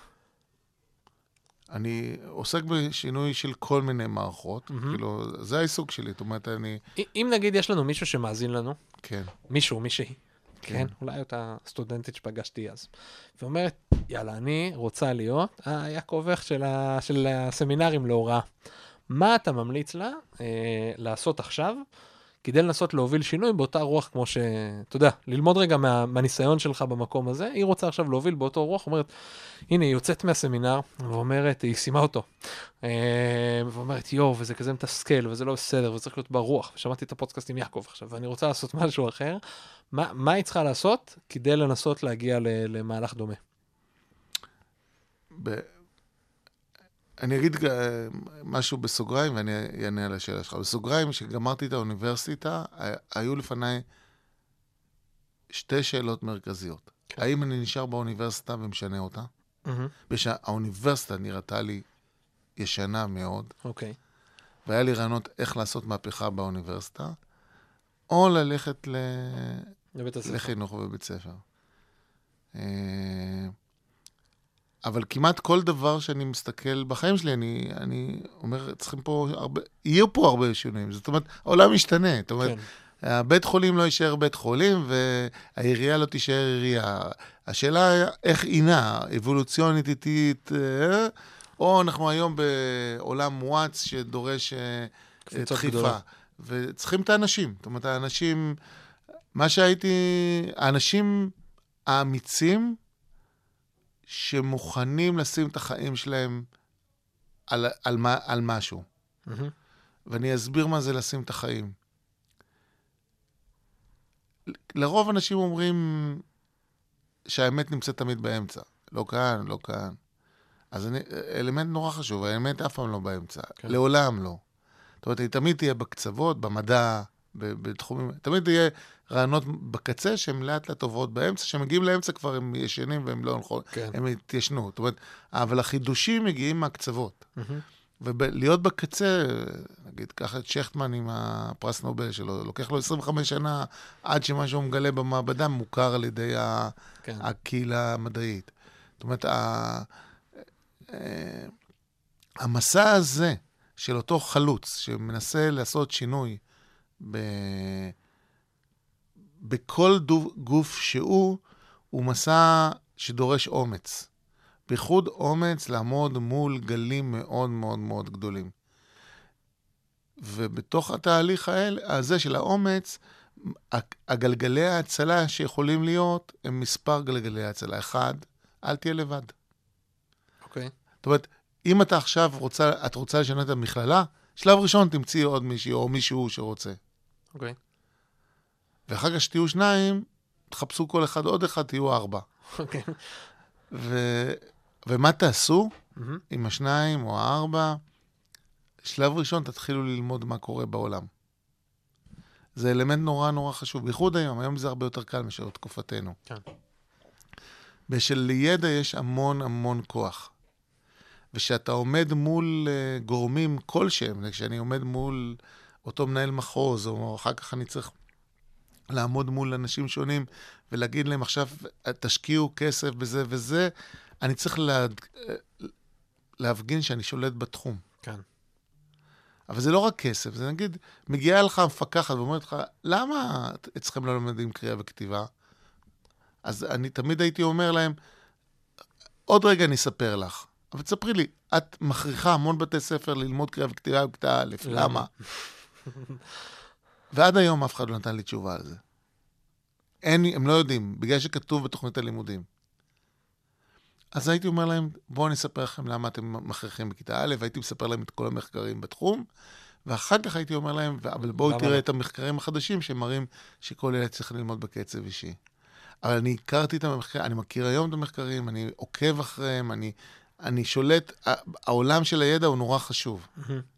אני עוסק בשינוי של כל מיני מערכות, כאילו, זה העיסוק שלי, זאת אומרת, אני... אם נגיד יש לנו מישהו שמאזין לנו, כן. מישהי, כן, אולי אותה סטודנטית שפגשתי אז, ואומרת, יאללה, אני רוצה להיות יעקב הכט של הסמינרים להוראה. מה אתה ממליץ לה לעשות עכשיו, כדי לנסות להוביל שינוי באותה רוח כמו אתה יודע, ללמוד רגע מהניסיון שלך במקום הזה, היא רוצה עכשיו להוביל באותו רוח, אומרת, הנה, היא יוצאת מהסמינר, ואומרת, היא שימה אותו, ואומרת, וזה כזה מתסכל, וזה לא בסדר, וזה צריך להיות ברוח, ושמעתי את הפודקאסט עם יעקב עכשיו, ואני רוצה לעשות משהו אחר, מה היא צריכה לעשות כדי לנסות להגיע למהלך דומה? אני אגיד משהו בסוגריים, ואני אענה על השאלה שלך. בסוגריים, כשגמרתי את האוניברסיטה, היו לפניי שתי שאלות מרכזיות. האם אני נשאר באוניברסיטה ומשנה אותה? ושהאוניברסיטה נראתה לי ישנה מאוד. אוקיי. והיה לי רעיונות איך לעשות מהפכה באוניברסיטה, או ללכת לחינוך ובית ספר. אבל כמעט כל דבר שאני מסתכל בחיים שלי, אני אומר, צריכים פה הרבה, יהיו פה הרבה שינויים. זאת אומרת, העולם משתנה. זאת אומרת, הבית חולים לא יישאר בית חולים, והעירייה לא תישאר עירייה. השאלה איך עינה, אבולוציונית איטית, או אנחנו היום בעולם מואץ שדורש דחיפה. וצריכים את האנשים. זאת אומרת, האנשים, האנשים האמיצים שמוכנים לשים את החיים שלהם על משהו. ואני אסביר מה זה לשים את החיים. לרוב אנשים אומרים שהאמת נמצאת תמיד באמצע. לא כאן, לא כאן. אז אלמנט נורא חשוב, האמת אף פעם לא באמצע. לעולם לא. זאת אומרת, היא תמיד תהיה בקצוות, במדע, בתחומים, תמיד תהיה רעיונות בקצה שהן לאט לאט עוברות באמצע, שמגיעים לאמצע כבר הם ישנים והם לא הולכות, הם התיישנו. זאת אומרת, אבל החידושים מגיעים מהקצוות. ולהיות בקצה, נגיד, ככה את שכטמן עם הפרס נובל שלו, לוקח לו 25 שנה עד שמשהו מגלה במעבדה מוכר על ידי הקהילה המדעית. זאת אומרת, המסע הזה של אותו חלוץ שמנסה לעשות שינוי בכל גוף שהוא, הוא מסע שדורש אומץ. בייחוד אומץ לעמוד מול גלים מאוד מאוד מאוד גדולים. ובתוך התהליך הזה של האומץ, הגלגלי ההצלה שיכולים להיות, הם מספר גלגלי ההצלה. אחד, אל תהיה לבד. אוקיי. זאת אומרת, אם אתה עכשיו רוצה לשנות את המכללה, שלב ראשון תמציא עוד מישהי או מישהו שרוצה. אוקיי. ואחר כך שתהיו 2, תחפשו כל אחד עוד אחד, תהיו 4. אוקיי. ומה תעשו עם 2 או 4? שלב ראשון תתחילו ללמוד מה קורה בעולם. זה אלמנט נורא נורא חשוב. בייחוד היום זה הרבה יותר קל מאשר תקופתנו. כן. לידע יש המון המון כוח. ושאתה עומד מול גורמים כלשהם, כשאני עומד מול אותו מנהל מחוז, או אחר כך אני צריך לעמוד מול אנשים שונים, ולהגיד להם עכשיו, תשקיעו כסף בזה וזה, אני צריך להפגין שאני שולט בתחום. כן. אבל זה לא רק כסף, זה נגיד, מגיעה לך המפקחת ואומרת לך, למה אצלכם לא לומדים קריאה וכתיבה? אז אני תמיד הייתי אומר להם, עוד רגע אני אספר לך. אבל תספרי לי, את מכריחה המון בתי ספר ללמוד קריאה וכתיבה בכיתה א', למה? ועד היום אף אחד לא נתן לי תשובה על זה. הם לא יודעים, בגלל שכתוב בתוכנית הלימודים. אז הייתי אומר להם, בואו אני אספר לכם למה אתם מכריחים בכיתה א', והייתי מספר להם את כל המחקרים בתחום, ואחר כך הייתי אומר להם, אבל בואו תראה את המחקרים החדשים שמראים שכל ילד צריך ללמוד בקצב אישי. אבל אני הכרתי את המחקרים, אני מכיר היום את המחקרים, אני עוקב אחריהם, אני שולט, העולם של הידע הוא נורא חשוב.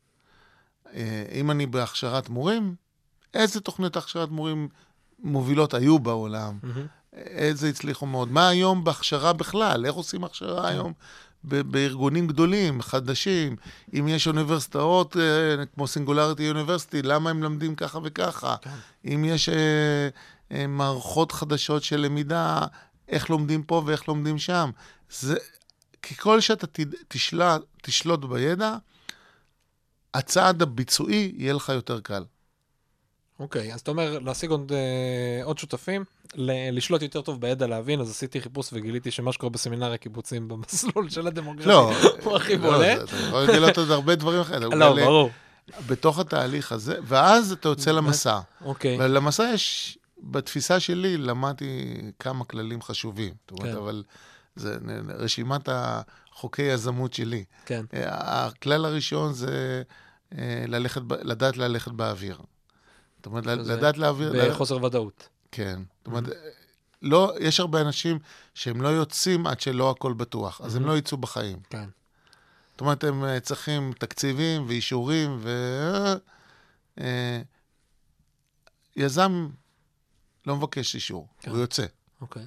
אם אני בהכשרת מורים, איזה תוכניות הכשרת מורים מובילות היו בעולם? איזה הצליחו מאוד? מה היום בהכשרה בכלל? איך עושים הכשרה היום בארגונים גדולים, חדשים? אם יש אוניברסיטאות כמו סינגולריטי יוניברסיטי, למה הם למדים ככה וככה? אם יש מערכות חדשות של למידה, איך לומדים פה ואיך לומדים שם? ככל שאתה תשלוט בידע, הצעד הביצועי יהיה לך יותר קל. אוקיי, אז אתה אומר להשיג עוד שותפים, לשלוט יותר טוב בידע להבין, אז עשיתי חיפוש וגיליתי שמה שקורה בסמינר הקיבוצים במסלול של הדמוגרפיה, הוא הכי בולט. אתה יכול לגלות עוד הרבה דברים אחרים. לא, ברור. בתוך התהליך הזה, ואז אתה יוצא למסע. אוקיי. ולמסע יש, בתפיסה שלי, למדתי כמה כללים חשובים. זאת אומרת, אבל זה רשימת החוקי יזמות שלי. כן. הכלל הראשון זה לדעת ללכת באוויר. זאת אומרת, לדעת להעביר... בחוסר ודאות. כן. זאת אומרת, לא, יש הרבה אנשים שהם לא יוצאים עד שלא הכל בטוח, אז הם לא יצאו בחיים. כן. זאת אומרת, הם צריכים תקציבים ואישורים, יזם לא מבקש אישור, הוא יוצא. אוקיי.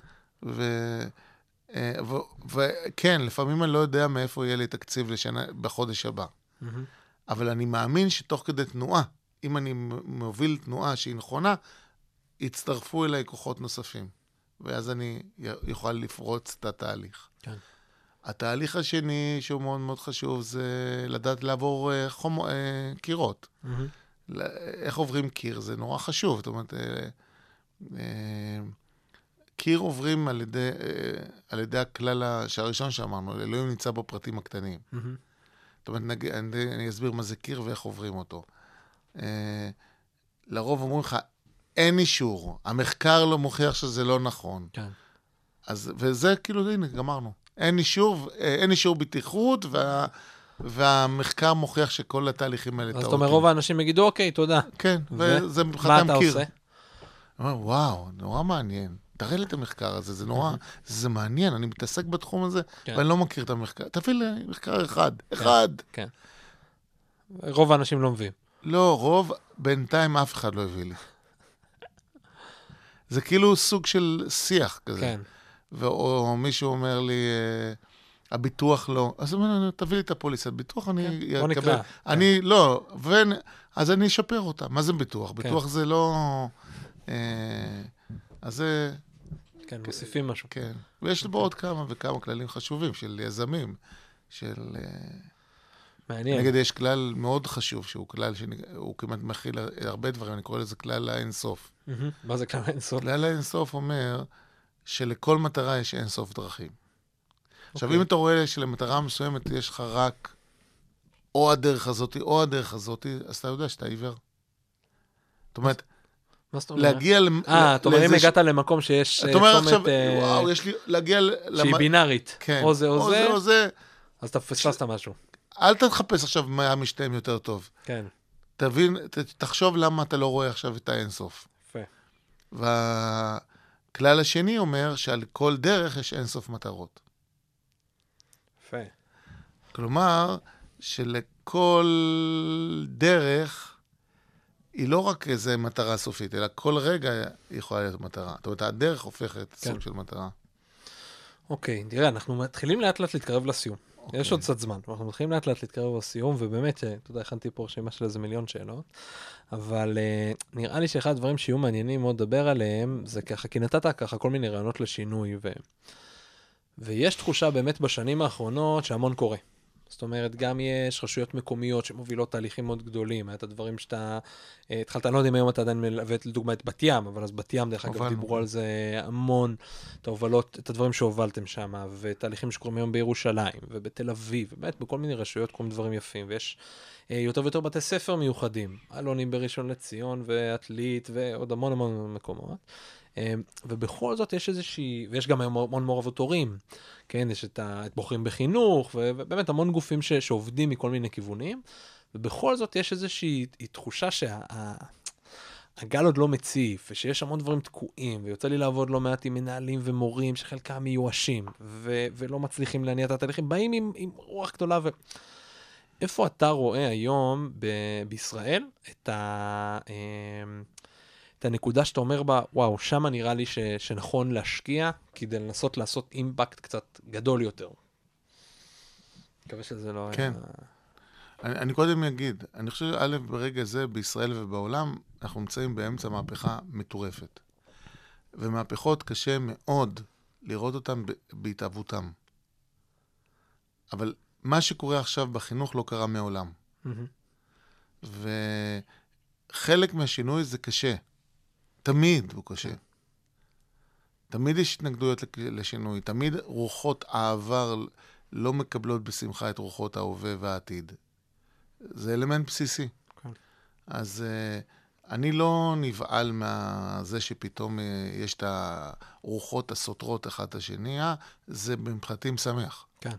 וכן, לפעמים אני לא יודע מאיפה יהיה לי תקציב לשנה בחודש הבא. אבל אני מאמין שתוך כדי תנועה, אם אני מוביל תנועה שהיא נכונה, יצטרפו אליי כוחות נוספים. ואז אני יוכל לפרוץ את התהליך. כן. התהליך השני, שהוא מאוד מאוד חשוב, זה לדעת לעבור קירות. איך עוברים קיר? זה נורא חשוב. זאת אומרת, קיר עוברים על ידי הכלל שהראשון שאמרנו, אלוהים נמצא בפרטים הקטנים. זאת אומרת, אני אסביר מה זה קיר ואיך עוברים אותו. לרוב אומרים לך, אין אישור, המחקר לא מוכיח שזה לא נכון. כן. וזה כאילו, הנה, גמרנו. אין אישור בטיחות, והמחקר מוכיח שכל התהליכים האלה אז זאת אומרת, רוב האנשים יגידו, אוקיי, תודה. כן, וזה מבחינתם קיר. מה אתה עושה? אומר, וואו, נורא מעניין. תראה לי את המחקר הזה, זה נורא, זה מעניין, אני מתעסק בתחום הזה, ואני לא מכיר את המחקר. תביא לי מחקר אחד. כן. רוב האנשים לא מביאים. לא, בינתיים אף אחד לא הביא לי. זה כאילו סוג של שיח כזה. כן. או מישהו אומר לי, הביטוח לא, אז הוא אומר, תביא לי את הפוליסת ביטוח, אני בוא נקרא. אני לא, אז אני אשפר אותה. מה זה ביטוח? ביטוח זה לא... אז זה... כן, מוסיפים משהו. כן, ויש בו עוד כמה וכמה כללים חשובים של יזמים, של... מעניין. נגד יש כלל מאוד חשוב, שהוא כלל שהוא כמעט מכיל הרבה דברים, אני קורא לזה כלל האינסוף. מה זה כלל האינסוף? כלל האינסוף אומר שלכל מטרה יש אינסוף דרכים. עכשיו, אם אתה רואה שלמטרה מסוימת יש לך רק או הדרך הזאת או הדרך הזאת, אז אתה יודע שאתה עיוור. זאת אומרת, מה זאת אומרת? להגיע... אתה אומר, אם הגעת למקום שיש... אתה אומר עכשיו, וואו, יש לי להגיע... שהיא בינארית. כן. או זה או זה. או זה. אז אתה פספסת משהו. אל תחפש עכשיו מה משתיים יותר טוב. כן. תבין, תחשוב למה אתה לא רואה עכשיו את האינסוף. יפה. והכלל השני אומר שעל כל דרך יש אינסוף מטרות. יפה. כלומר, שלכל דרך היא לא רק איזו מטרה סופית, אלא כל רגע יכולה להיות מטרה. זאת אומרת, הדרך הופכת סוג של מטרה. אוקיי, תראה, אנחנו מתחילים לאט לאט להתקרב לסיום. יש עוד קצת זמן, אנחנו מתחילים לאט לאט להתקרב לסיום, ובאמת, אתה יודע, הכנתי פה רשימה של איזה מיליון שאלות, אבל נראה לי שאחד הדברים שיהיו מעניינים מאוד לדבר עליהם, זה ככה, כי נתת ככה כל מיני רעיונות לשינוי, ויש תחושה באמת בשנים האחרונות שהמון קורה. זאת אומרת, גם יש רשויות מקומיות שמובילות תהליכים מאוד גדולים. היה את הדברים שאתה... התחלת, אני לא יודע אם היום אתה עדיין מלווה לדוגמה את בת ים, אבל אז בת ים, דרך אגב, דיברו על זה המון, את הדברים שהובלתם שם, ותהליכים שקוראים היום בירושלים, ובתל אביב, ובאמת בכל מיני רשויות קוראים דברים יפים, ויש יותר ויותר בתי ספר מיוחדים, אלונים בראשון לציון, ועתלית, ועוד המון המון מקומות. ובכל זאת יש איזושהי, ויש גם המון מעורבות הורים, כן, יש את בוחרים בחינוך, ובאמת המון גופים שעובדים מכל מיני כיוונים, ובכל זאת יש איזושהי תחושה שהגל עוד לא מציף, ושיש המון דברים תקועים, ויוצא לי לעבוד לא מעט עם מנהלים ומורים, שחלקם מיואשים, ולא מצליחים להניע את התהליכים, באים עם רוח גדולה, איפה אתה רואה היום בישראל את הנקודה שאתה אומר בה, וואו, שם נראה לי שנכון להשקיע, כדי לנסות לעשות אימפקט קצת גדול יותר. מקווה שזה לא... כן. אני קודם אגיד, אני חושב, א', ברגע זה, בישראל ובעולם, אנחנו נמצאים באמצע מהפכה מטורפת. ומהפכות קשה מאוד לראות אותן בהתאבותם. אבל מה שקורה עכשיו בחינוך לא קרה מעולם. וחלק מהשינוי זה קשה. תמיד הוא קשה. תמיד יש התנגדויות לשינוי. תמיד רוחות העבר לא מקבלות בשמחה את רוחות ההווה והעתיד. זה אלמנט בסיסי. אז אני לא נבעל מהזה שפתאום יש את הרוחות הסותרות אחת השני. זה מבחינתי משמח. כן.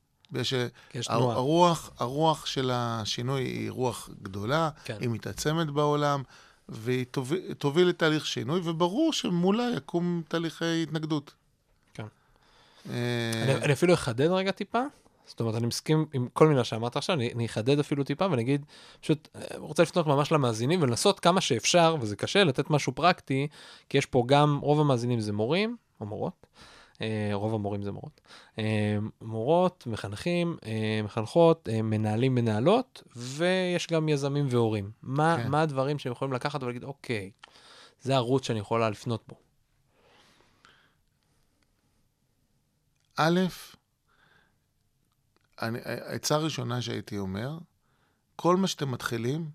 הרוח של השינוי היא רוח גדולה, היא מתעצמת בעולם, והיא תוביל לתהליך שינוי, וברור שמולה יקום תהליכי התנגדות. כן. אני אפילו אחדד רגע טיפה, זאת אומרת, אני מסכים עם כל מילה שאמרת עכשיו, אני אחדד אפילו טיפה, ואני אגיד, פשוט רוצה לפנות ממש למאזינים, ולנסות כמה שאפשר, וזה קשה, לתת משהו פרקטי, כי יש פה גם, רוב המאזינים זה מורים, או מורות, רוב המורים זה מורות, מורות, מחנכים, מחנכות, מנהלים, מנהלות, ויש גם יזמים והורים. מה הדברים שהם יכולים לקחת ולהגיד, אוקיי, זה הערוץ שאני יכולה לפנות בו? א', העצה הראשונה שהייתי אומר, כל מה שאתם מתחילים,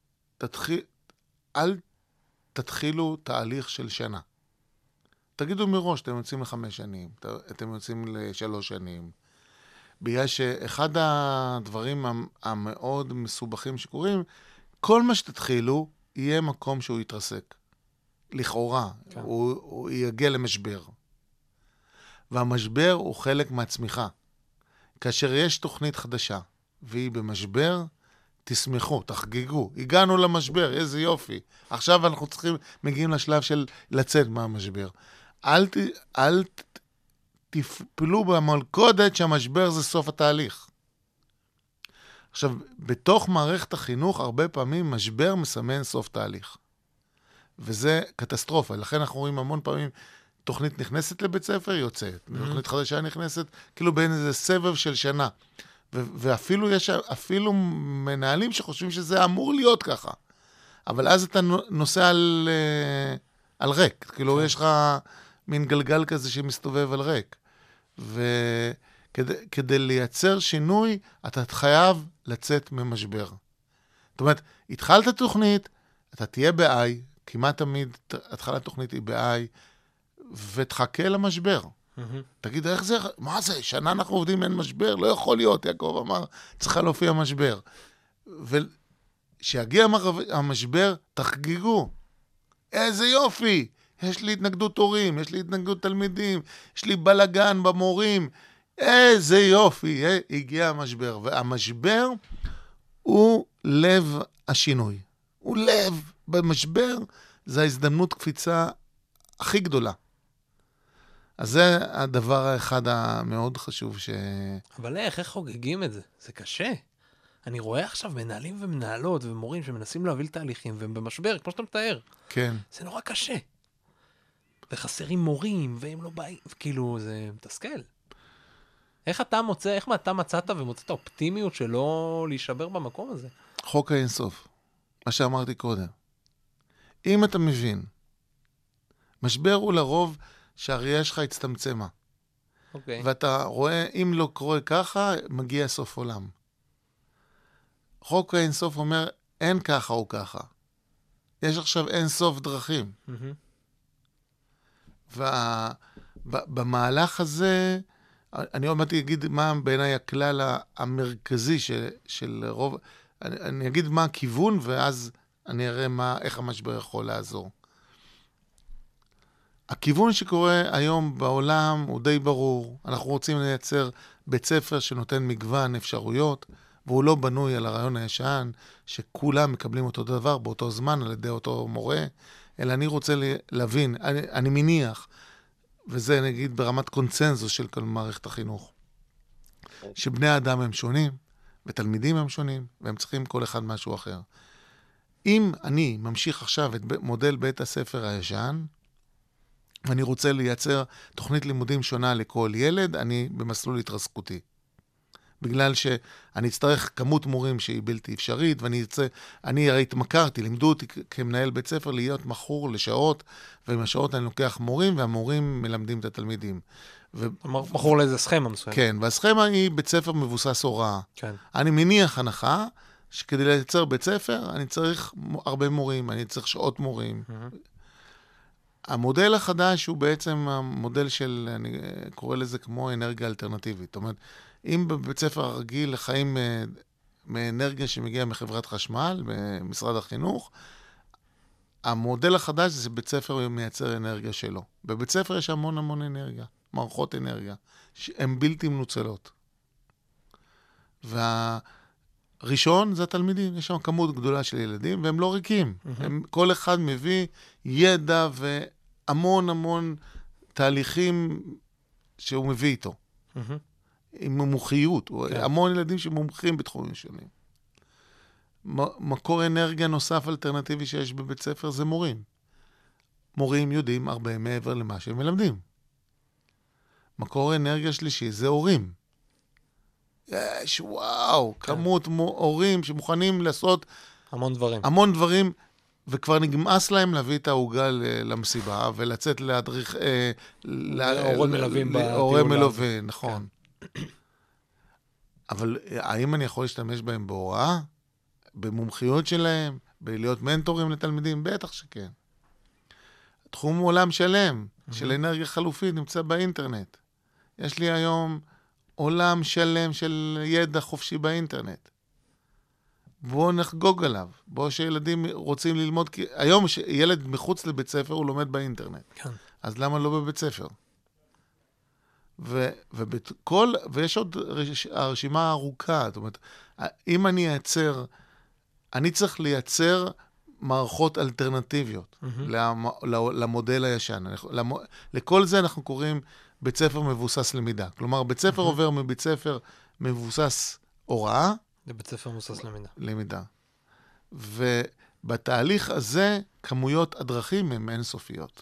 אל תתחילו תהליך של שנה. תגידו מראש, אתם יוצאים ל5 שנים, אתם יוצאים ל3 שנים. בגלל שאחד הדברים המאוד מסובכים שקורים, כל מה שתתחילו, יהיה מקום שהוא יתרסק. לכאורה, כן. הוא יגיע למשבר. והמשבר הוא חלק מהצמיחה. כאשר יש תוכנית חדשה, והיא במשבר, תשמחו, תחגגו. הגענו למשבר, איזה יופי. עכשיו אנחנו מגיעים לשלב של לצאת מהמשבר. אל תפלו במלכודת שהמשבר זה סוף התהליך. עכשיו, בתוך מערכת החינוך, הרבה פעמים משבר מסמן סוף תהליך. וזה קטסטרופה. לכן אנחנו רואים המון פעמים, תוכנית נכנסת לבית ספר, יוצאת. תוכנית חדשה נכנסת, כאילו בין איזה סבב של שנה. ואפילו יש מנהלים שחושבים שזה אמור להיות ככה. אבל אז אתה נוסע על ריק. כאילו יש לך מין גלגל כזה שמסתובב על ריק. וכדי לייצר שינוי, אתה חייב לצאת ממשבר. זאת אומרת, התחלת תוכנית, אתה תהיה ב-I, כמעט תמיד התחלת תוכנית היא ב-I, ותחכה למשבר. תגיד, איך זה? מה זה? שנה אנחנו עובדים, אין משבר? לא יכול להיות, יעקב אמר, צריכה להופיע משבר. ושיגיע המשבר, תחגגו. איזה יופי! יש לי התנגדות הורים, יש לי התנגדות תלמידים, יש לי בלגן במורים. איזה יופי! הגיע המשבר. והמשבר הוא לב השינוי. הוא לב. במשבר זה ההזדמנות קפיצה הכי גדולה. אז זה הדבר האחד המאוד חשוב אבל איך חוגגים את זה? זה קשה. אני רואה עכשיו מנהלים ומנהלות ומורים שמנסים להוביל תהליכים, והם במשבר, כמו שאתה מתאר. כן. זה נורא קשה. וחסרים מורים, והם לא באים, כאילו, זה מתסכל. איך אתה מצאת ומוצאת אופטימיות שלא להישבר במקום הזה? חוק האינסוף. מה שאמרתי קודם. אם אתה מבין, משבר הוא לרוב שהראייה שלך הצטמצמה. אוקיי. ואתה רואה, אם לא קורה ככה, מגיע סוף עולם. חוק האינסוף אומר, אין ככה או ככה. יש עכשיו אין סוף דרכים. ובמהלך הזה, אני עוד מעט אגיד מה בעיניי הכלל המרכזי של רוב, אני אגיד מה הכיוון, ואז אני אראה איך המשבר יכול לעזור. הכיוון שקורה היום בעולם הוא די ברור. אנחנו רוצים לייצר בית ספר שנותן מגוון אפשרויות, והוא לא בנוי על הרעיון הישן, שכולם מקבלים אותו דבר באותו זמן על ידי אותו מורה, אלא אני רוצה להבין, אני מניח, וזה נגיד ברמת קונצנזוס של כל מערכת החינוך, שבני האדם הם שונים, ותלמידים הם שונים, והם צריכים כל אחד משהו אחר. אם אני ממשיך עכשיו את מודל בית הספר הישן, ואני רוצה לייצר תוכנית לימודים שונה לכל ילד, אני במסלול התרסקותי. בגלל שאני אצטרך כמות מורים שהיא בלתי אפשרית, אני הרי התמכרתי, לימדו אותי כמנהל בית ספר להיות מכור לשעות, ועם השעות אני לוקח מורים, והמורים מלמדים את התלמידים. מכור לאיזה סכמה מסוים. כן, והסכמה היא בית ספר מבוסס הוראה. כן. אני מניח הנחה, שכדי לייצר בית ספר, אני צריך הרבה מורים, אני צריך שעות מורים. המודל החדש הוא בעצם המודל של, אני קורא לזה כמו אנרגיה אלטרנטיבית. זאת אומרת, אם בבית ספר הרגיל לחיים מאנרגיה שמגיעה מחברת חשמל, במשרד החינוך, המודל החדש זה בית ספר מייצר אנרגיה שלו. בבית ספר יש המון אנרגיה, מערכות אנרגיה, שהן בלתי מנוצלות. והראשון זה התלמידים, יש שם כמות גדולה של ילדים, והם לא ריקים. כל אחד מביא ידע והמון תהליכים שהוא מביא איתו. עם מומחיות, המון ילדים שמומחים בתחומים שונים. מקור אנרגיה נוסף אלטרנטיבי שיש בבית ספר זה מורים. מורים יודעים הרבה מעבר למה שהם מלמדים. מקור אנרגיה שלישי זה הורים. יש, וואו, כמות הורים שמוכנים לעשות המון דברים, וכבר נגמס להם להביא את העוגה למסיבה, ולצאת להדריך, הורי מלווה, נכון. אבל האם אני יכול להשתמש בהם בהוראה? במומחיות שלהם? בלהיות מנטורים לתלמידים? בטח שכן. תחום עולם שלם של אנרגיה חלופית נמצא באינטרנט. יש לי היום עולם שלם של ידע חופשי באינטרנט. בואו נחגוג עליו. בואו שילדים רוצים ללמוד, כי היום ילד מחוץ לבית ספר הוא לומד באינטרנט. כן. אז למה לא בבית ספר? ויש עוד הרשימה ארוכה. זאת אומרת, אם אני צריך לייצר מערכות אלטרנטיביות למודל הישן. לכל זה אנחנו קוראים בית ספר מבוסס למידה. כלומר, בית ספר עובר מבית ספר מבוסס הוראה, לבית ספר מבוסס למידה. ובתהליך הזה, כמויות הדרכים הן אינסופיות.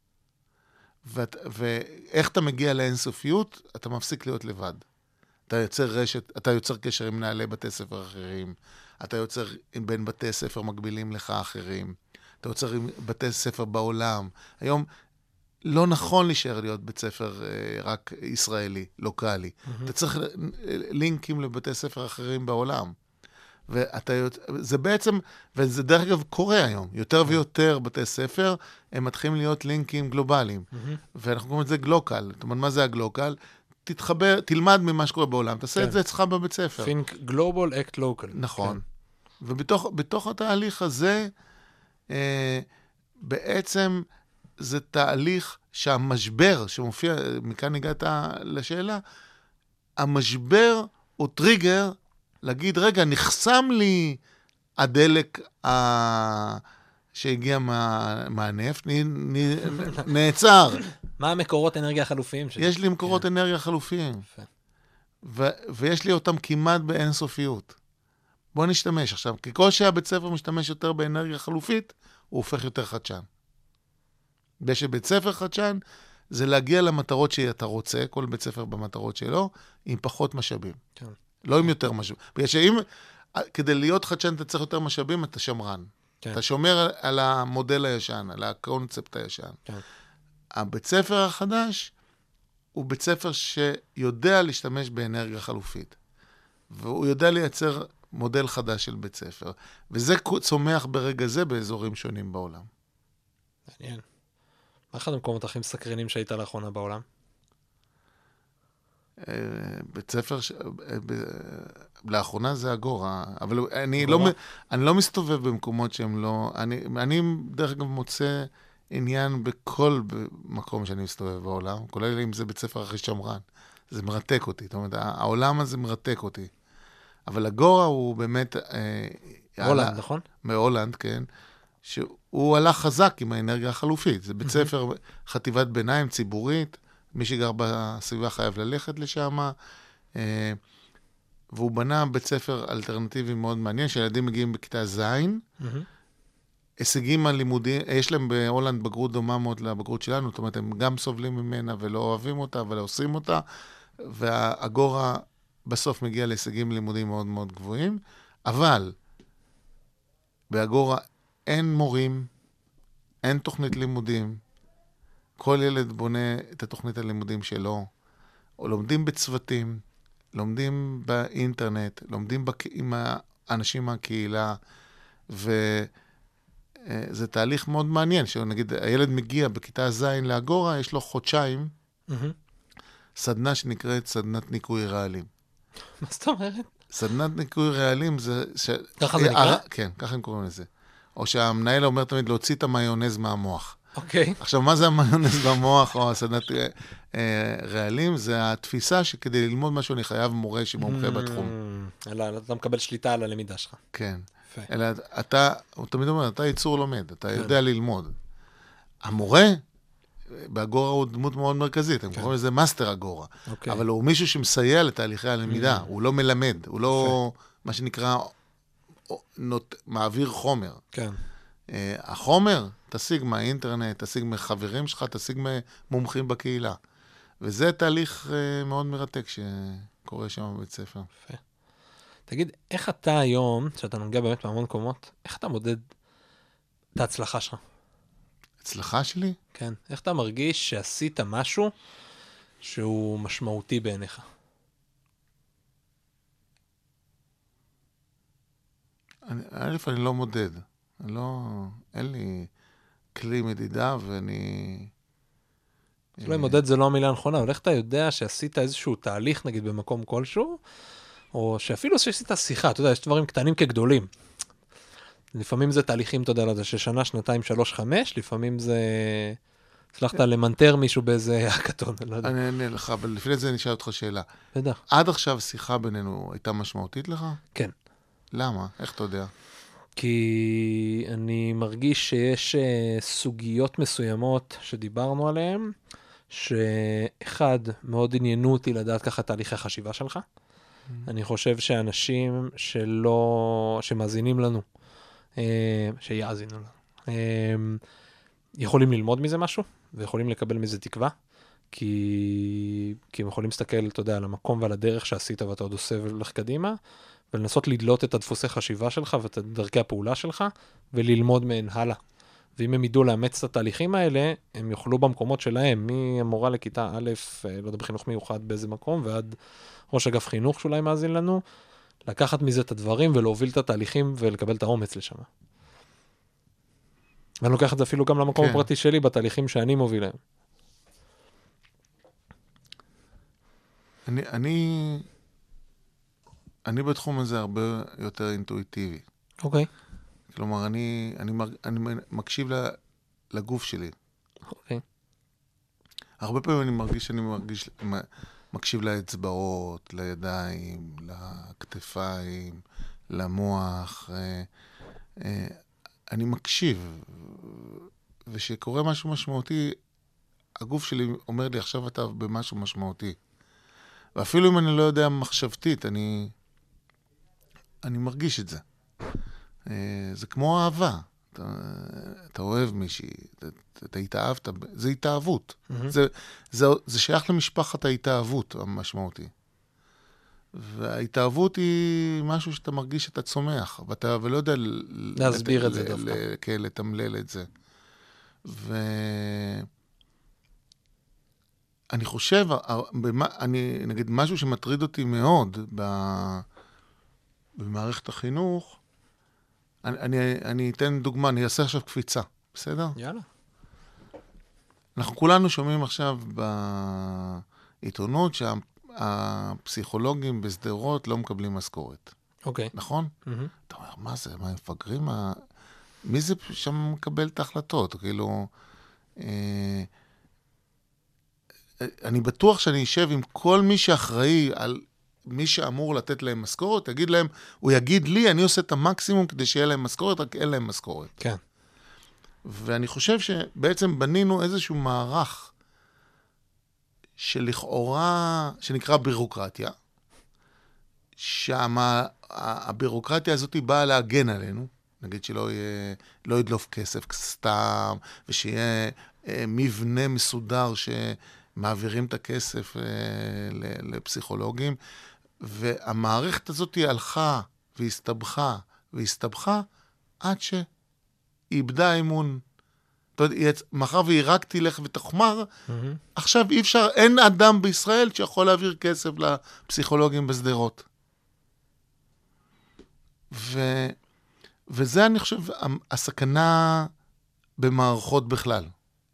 ואיך אתה מגיע לאינסופיות? אתה מפסיק להיות לבד. אתה יוצר רשת, אתה יוצר קשר עם מנהלי בתי ספר אחרים, אתה יוצר בין בתי ספר מקבילים לך אחרים, אתה יוצר עם בתי ספר בעולם. היום לא נכון להישאר להיות בית ספר רק ישראלי, לוקלי. אתה צריך לינקים לבתי ספר אחרים בעולם. זה בעצם, וזה דרך אגב קורה היום, יותר ויותר בתי ספר, הם מתחילים להיות לינקים גלובליים. ואנחנו קוראים את זה גלוקל. זאת אומרת, מה זה הגלוקל? תתחבר, תלמד ממה שקורה בעולם, תעשה את זה אצלך בבית ספר. Think global, act local. נכון. ובתוך התהליך הזה, בעצם זה תהליך שהמשבר שמופיע, מכאן הגעת לשאלה, המשבר הוא טריגר להגיד, רגע, נחסם לי הדלק שהגיע מהנפט, נעצר. מה המקורות אנרגיה החלופיים שלי? יש לי מקורות אנרגיה חלופיים. ויש לי אותם כמעט באינסופיות. בוא נשתמש עכשיו. ככל שהבית ספר משתמש יותר באנרגיה חלופית, הוא הופך יותר חדשן. שבית ספר חדשן זה להגיע למטרות שאתה רוצה, כל בית ספר במטרות שלו, עם פחות משאבים. כן. לא עם יותר משאבים. בגלל שאם, כדי להיות חדשן אתה צריך יותר משאבים, אתה שמרן. כן. אתה שומר על המודל הישן, על הקונספט הישן. כן. הבית ספר החדש הוא בית ספר שיודע להשתמש באנרגיה חלופית. והוא יודע לייצר מודל חדש של בית ספר. וזה צומח ברגע זה באזורים שונים בעולם. מעניין. מה אחד המקומות הכי מסקרנים שהיית לאחרונה בעולם? בית ספר, לאחרונה זה אגורה, אבל אני לא מסתובב במקומות שהם לא, אני דרך אגב מוצא עניין בכל מקום שאני מסתובב בעולם, כולל אם זה בית ספר הכי שמרן, זה מרתק אותי, זאת אומרת, העולם הזה מרתק אותי. אבל אגורה הוא באמת... הולנד, נכון? מהולנד, כן. שהוא הלך חזק עם האנרגיה החלופית. זה בית ספר, חטיבת ביניים ציבורית, מי שגר בסביבה חייב ללכת לשם, והוא בנה בית ספר אלטרנטיבי מאוד מעניין, שילדים מגיעים בכיתה זין, הישגים הלימודיים, יש להם בהולנד בגרות דומה מאוד לבגרות שלנו, זאת אומרת, הם גם סובלים ממנה ולא אוהבים אותה, אבל עושים אותה, והאגורה בסוף מגיע להישגים לימודיים מאוד מאוד גבוהים, אבל באגורה אין מורים, אין תוכנית לימודים, כל ילד בונה את התוכנית הלימודים שלו, או לומדים בצוותים, לומדים באינטרנט, לומדים עם האנשים מהקהילה, וזה תהליך מאוד מעניין, שנגיד הילד מגיע בכיתה ז' לאגורה, יש לו חודשיים, סדנה שנקראת סדנת ניקוי רעלים. מה זאת אומרת? סדנת ניקוי רעלים זה... ככה זה נקרא? כן, ככה הם קוראים לזה. או שהמנהל אומר תמיד להוציא את המיונז מהמוח. אוקיי. עכשיו, מה זה המיונז במוח או הסדנת רעלים? זה התפיסה שכדי ללמוד משהו אני חייב מורה שמומחה בתחום. אלא אתה מקבל שליטה על הלמידה שלך. כן. אלא הוא תמיד אומר, אתה ייצור לומד, אתה יודע ללמוד. המורה באגורה הוא דמות מאוד מרכזית, הם קוראים לזה מאסטר אגורה. אוקיי. אבל הוא מישהו שמסייע לתהליכי הלמידה, הוא לא מלמד, הוא לא, מה שנקרא, מעביר חומר. כן. החומר, תשיג מהאינטרנט, תשיג מחברים שלך, תשיג ממומחים בקהילה. וזה תהליך מאוד מרתק שקורה שם בבית ספר. יפה. תגיד, איך אתה היום, שאתה נוגע באמת בהמון מקומות, איך אתה מודד את ההצלחה שלך? הצלחה שלי? כן. איך אתה מרגיש שעשית משהו שהוא משמעותי בעיניך? אני לא מודד. אין לי כלי מדידה ואני... אולי מודד זה לא המילה הנכונה, אבל איך אתה יודע שעשית איזשהו תהליך, נגיד, במקום כלשהו, או שאפילו שעשית שיחה, אתה יודע, יש דברים קטנים כגדולים. לפעמים זה תהליכים, אתה יודע, לזה, ששנה, שנתיים, 3, 5, לפעמים זה... הצלחת למנטר מישהו באיזה הקטון, לא יודע. אני אענה לך, אבל לפני זה אני אשאל אותך שאלה. בטח. עד עכשיו שיחה בינינו הייתה משמעותית לך? כן. למה? איך אתה יודע? כי אני מרגיש שיש סוגיות מסוימות שדיברנו עליהן, שאחד, מאוד עניינו אותי לדעת ככה תהליכי חשיבה שלך. אני חושב שאנשים שמאזינים לנו, שיאזינו לנו, יכולים ללמוד מזה משהו, ויכולים לקבל מזה תקווה, כי הם יכולים להסתכל, אתה יודע, על המקום ועל הדרך שעשית ואתה עוד עושה ולך קדימה, ולנסות לדלות את הדפוסי חשיבה שלך ואת דרכי הפעולה שלך, וללמוד מהן הלאה. ואם הם ידעו לאמץ את התהליכים האלה, הם יוכלו במקומות שלהם, מהמורה לכיתה א', לא יודע, בחינוך מיוחד באיזה מקום, ועד ראש אגף חינוך שאולי מאזין לנו, לקחת מזה את הדברים ולהוביל את התהליכים ולקבל את האומץ לשם. ואני לוקח את זה אפילו גם למקום הפרטי שלי, בתהליכים שאני מוביל להם. אני בתחום הזה הרבה יותר אינטואיטיבי. אוקיי. כלומר, אני מקשיב לגוף שלי. אוקיי. הרבה פעמים אני מרגיש שאני מקשיב לאצבעות, לידיים, לכתפיים, למוח. אני מקשיב, ושקורה משהו משמעותי, הגוף שלי אומר לי, עכשיו אתה במשהו משמעותי. ואפילו אם אני לא יודע מחשבתית, אני מרגיש את זה. זה כמו אהבה. אתה אוהב מישהי, אתה התאהבת, זה התאהבות. זה שייך למשפחת ההתאהבות המשמעותי. וההתאהבות היא משהו שאתה מרגיש שאתה צומח, ולא יודע להסביר את זה דווקא. כן, לתמלל את זה. אני חושב, נגיד, משהו שמטריד אותי מאוד במערכת החינוך, אני אתן דוגמה, אני אעשה עכשיו קפיצה, בסדר? יאללה. אנחנו כולנו שומעים עכשיו בעיתונות שהפסיכולוגים בסדרות לא מקבלים משכורת. אוקיי. נכון? אתה אומר, מה זה? מה הם מפגרים? מי זה שם מקבל את ההחלטות? כאילו, אני בטוח שאני אשב עם כל מי שאחראי על מי שאמור לתת להם משכורת, הוא יגיד לי, אני עושה את המקסימום כדי שיהיה להם משכורת, רק אין להם משכורת. כן. ואני חושב שבעצם בנינו איזשהו מערך שלכאורה, שנקרא בירוקרטיה, שהבירוקרטיה הזאת באה להגן עלינו, נגיד שלא ידלוף כסף סתם, ושיהיה מבנה מסודר שמעבירים את הכסף לפסיכולוגים, והמערכת הזאת הלכה והסתבכה עד שהיא איבדה אמון. מחר והיא רק תלך ותחמר, עכשיו אי אפשר, אין אדם בישראל שיכול להעביר כסף לפסיכולוגים בסדרות. וזה אני חושב הסכנה במערכות בכלל.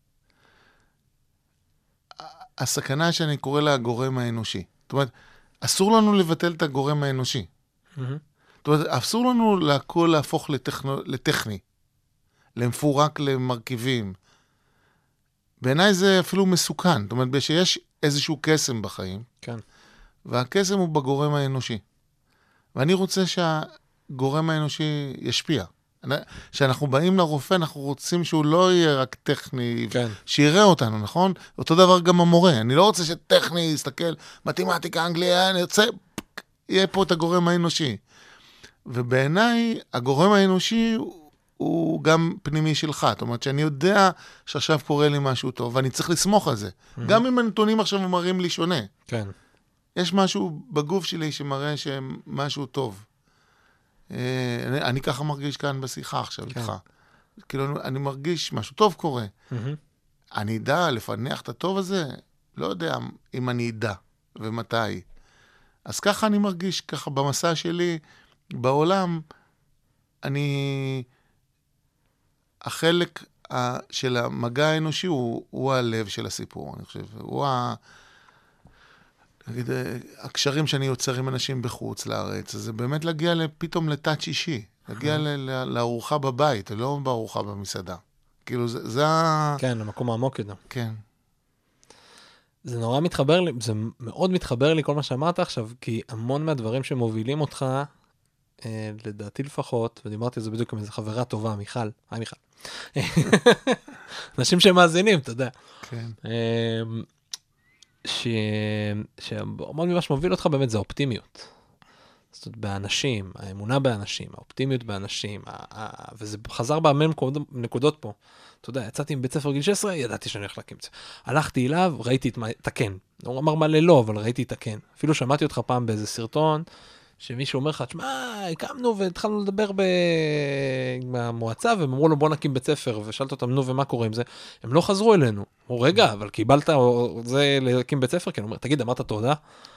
הסכנה שאני קורא לה הגורם האנושי. זאת אומרת, אסור לנו לבטל את הגורם האנושי. זאת אומרת, אסור לנו להכל להפוך לטכני, למפורק למרכיבים. בעיניי זה אפילו מסוכן. זאת אומרת, שיש איזשהו קסם בחיים, כן. והקסם הוא בגורם האנושי. ואני רוצה שהגורם האנושי ישפיע. כשאנחנו באים לרופא, אנחנו רוצים שהוא לא יהיה רק טכני, כן. שיראה אותנו, נכון? אותו דבר גם המורה. אני לא רוצה שטכני יסתכל, מתמטיקה, אנגליה, אני רוצה, יהיה פה את הגורם האנושי. ובעיניי, הגורם האנושי הוא גם פנימי שלך. זאת אומרת, שאני יודע שעכשיו קורה לי משהו טוב, ואני צריך לסמוך על זה. גם אם הנתונים עכשיו מראים לי שונה. כן. יש משהו בגוף שלי שמראה שמשהו טוב. אני ככה מרגיש כאן בשיחה עכשיו איתך. כאילו, אני מרגיש משהו טוב קורה. אני אדע לפענח את הטוב הזה? לא יודע אם אני אדע ומתי. אז ככה אני מרגיש, ככה במסע שלי בעולם, החלק של המגע האנושי הוא הלב של הסיפור, אני חושב. הוא נגיד, הקשרים שאני יוצר עם אנשים בחוץ לארץ, זה באמת להגיע פתאום לטאץ' אישי, להגיע לארוחה בבית, לא בארוחה במסעדה. כאילו, זה כן, למקום העמוק יותר. כן. זה נורא מתחבר לי, זה מאוד מתחבר לי כל מה שאמרת עכשיו, כי המון מהדברים שמובילים אותך, לדעתי לפחות, ודיברתי על זה בדיוק עם איזו חברה טובה, מיכל. היי מיכל. אנשים שמאזינים, אתה יודע. כן. שהמון ממה שמוביל אותך באמת זה האופטימיות. זאת אומרת, באנשים, האמונה באנשים, האופטימיות באנשים, וזה חזר בהמון נקודות פה. אתה יודע, יצאתי מבית ספר גיל 16, ידעתי שאני הולך להקים את זה. הלכתי אליו, ראיתי את הכן. הוא אמר מלא לא, אבל ראיתי את הכן. אפילו שמעתי אותך פעם באיזה סרטון, שמישהו אומר לך, תשמע, הקמנו והתחלנו לדבר עם המועצה, והם אמרו לו, בוא נקים בית ספר, ושאלת אותם, נו, ומה קורה עם זה? הם לא חזרו אלינו. הוא רגע, אבל קיבלת זה להקים בית ספר? כי הוא אומר, תגיד, אמרת תודה?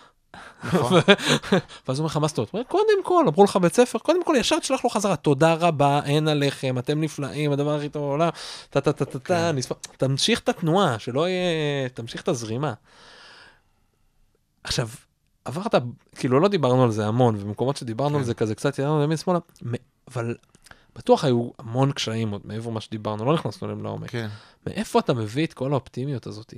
ואז הוא אומר לך, מה זאת אומרת? קודם כל, אמרו לך בית ספר, קודם כל, ישר תשלח לו חזרה, תודה רבה, אין עליכם, אתם נפלאים, הדבר הכי טוב בעולם, תמשיך את התנועה, שלא יהיה, תמשיך את הזרימה. עכשיו, עברת, כאילו לא דיברנו על זה המון, ובמקומות שדיברנו על זה כזה קצת, ידענו למין שמאלה, אבל בטוח היו המון קשיים עוד מעבר מה שדיברנו, לא נכנסנו להם לעומק. כן. מאיפה אתה מביא את כל האופטימיות הזאת?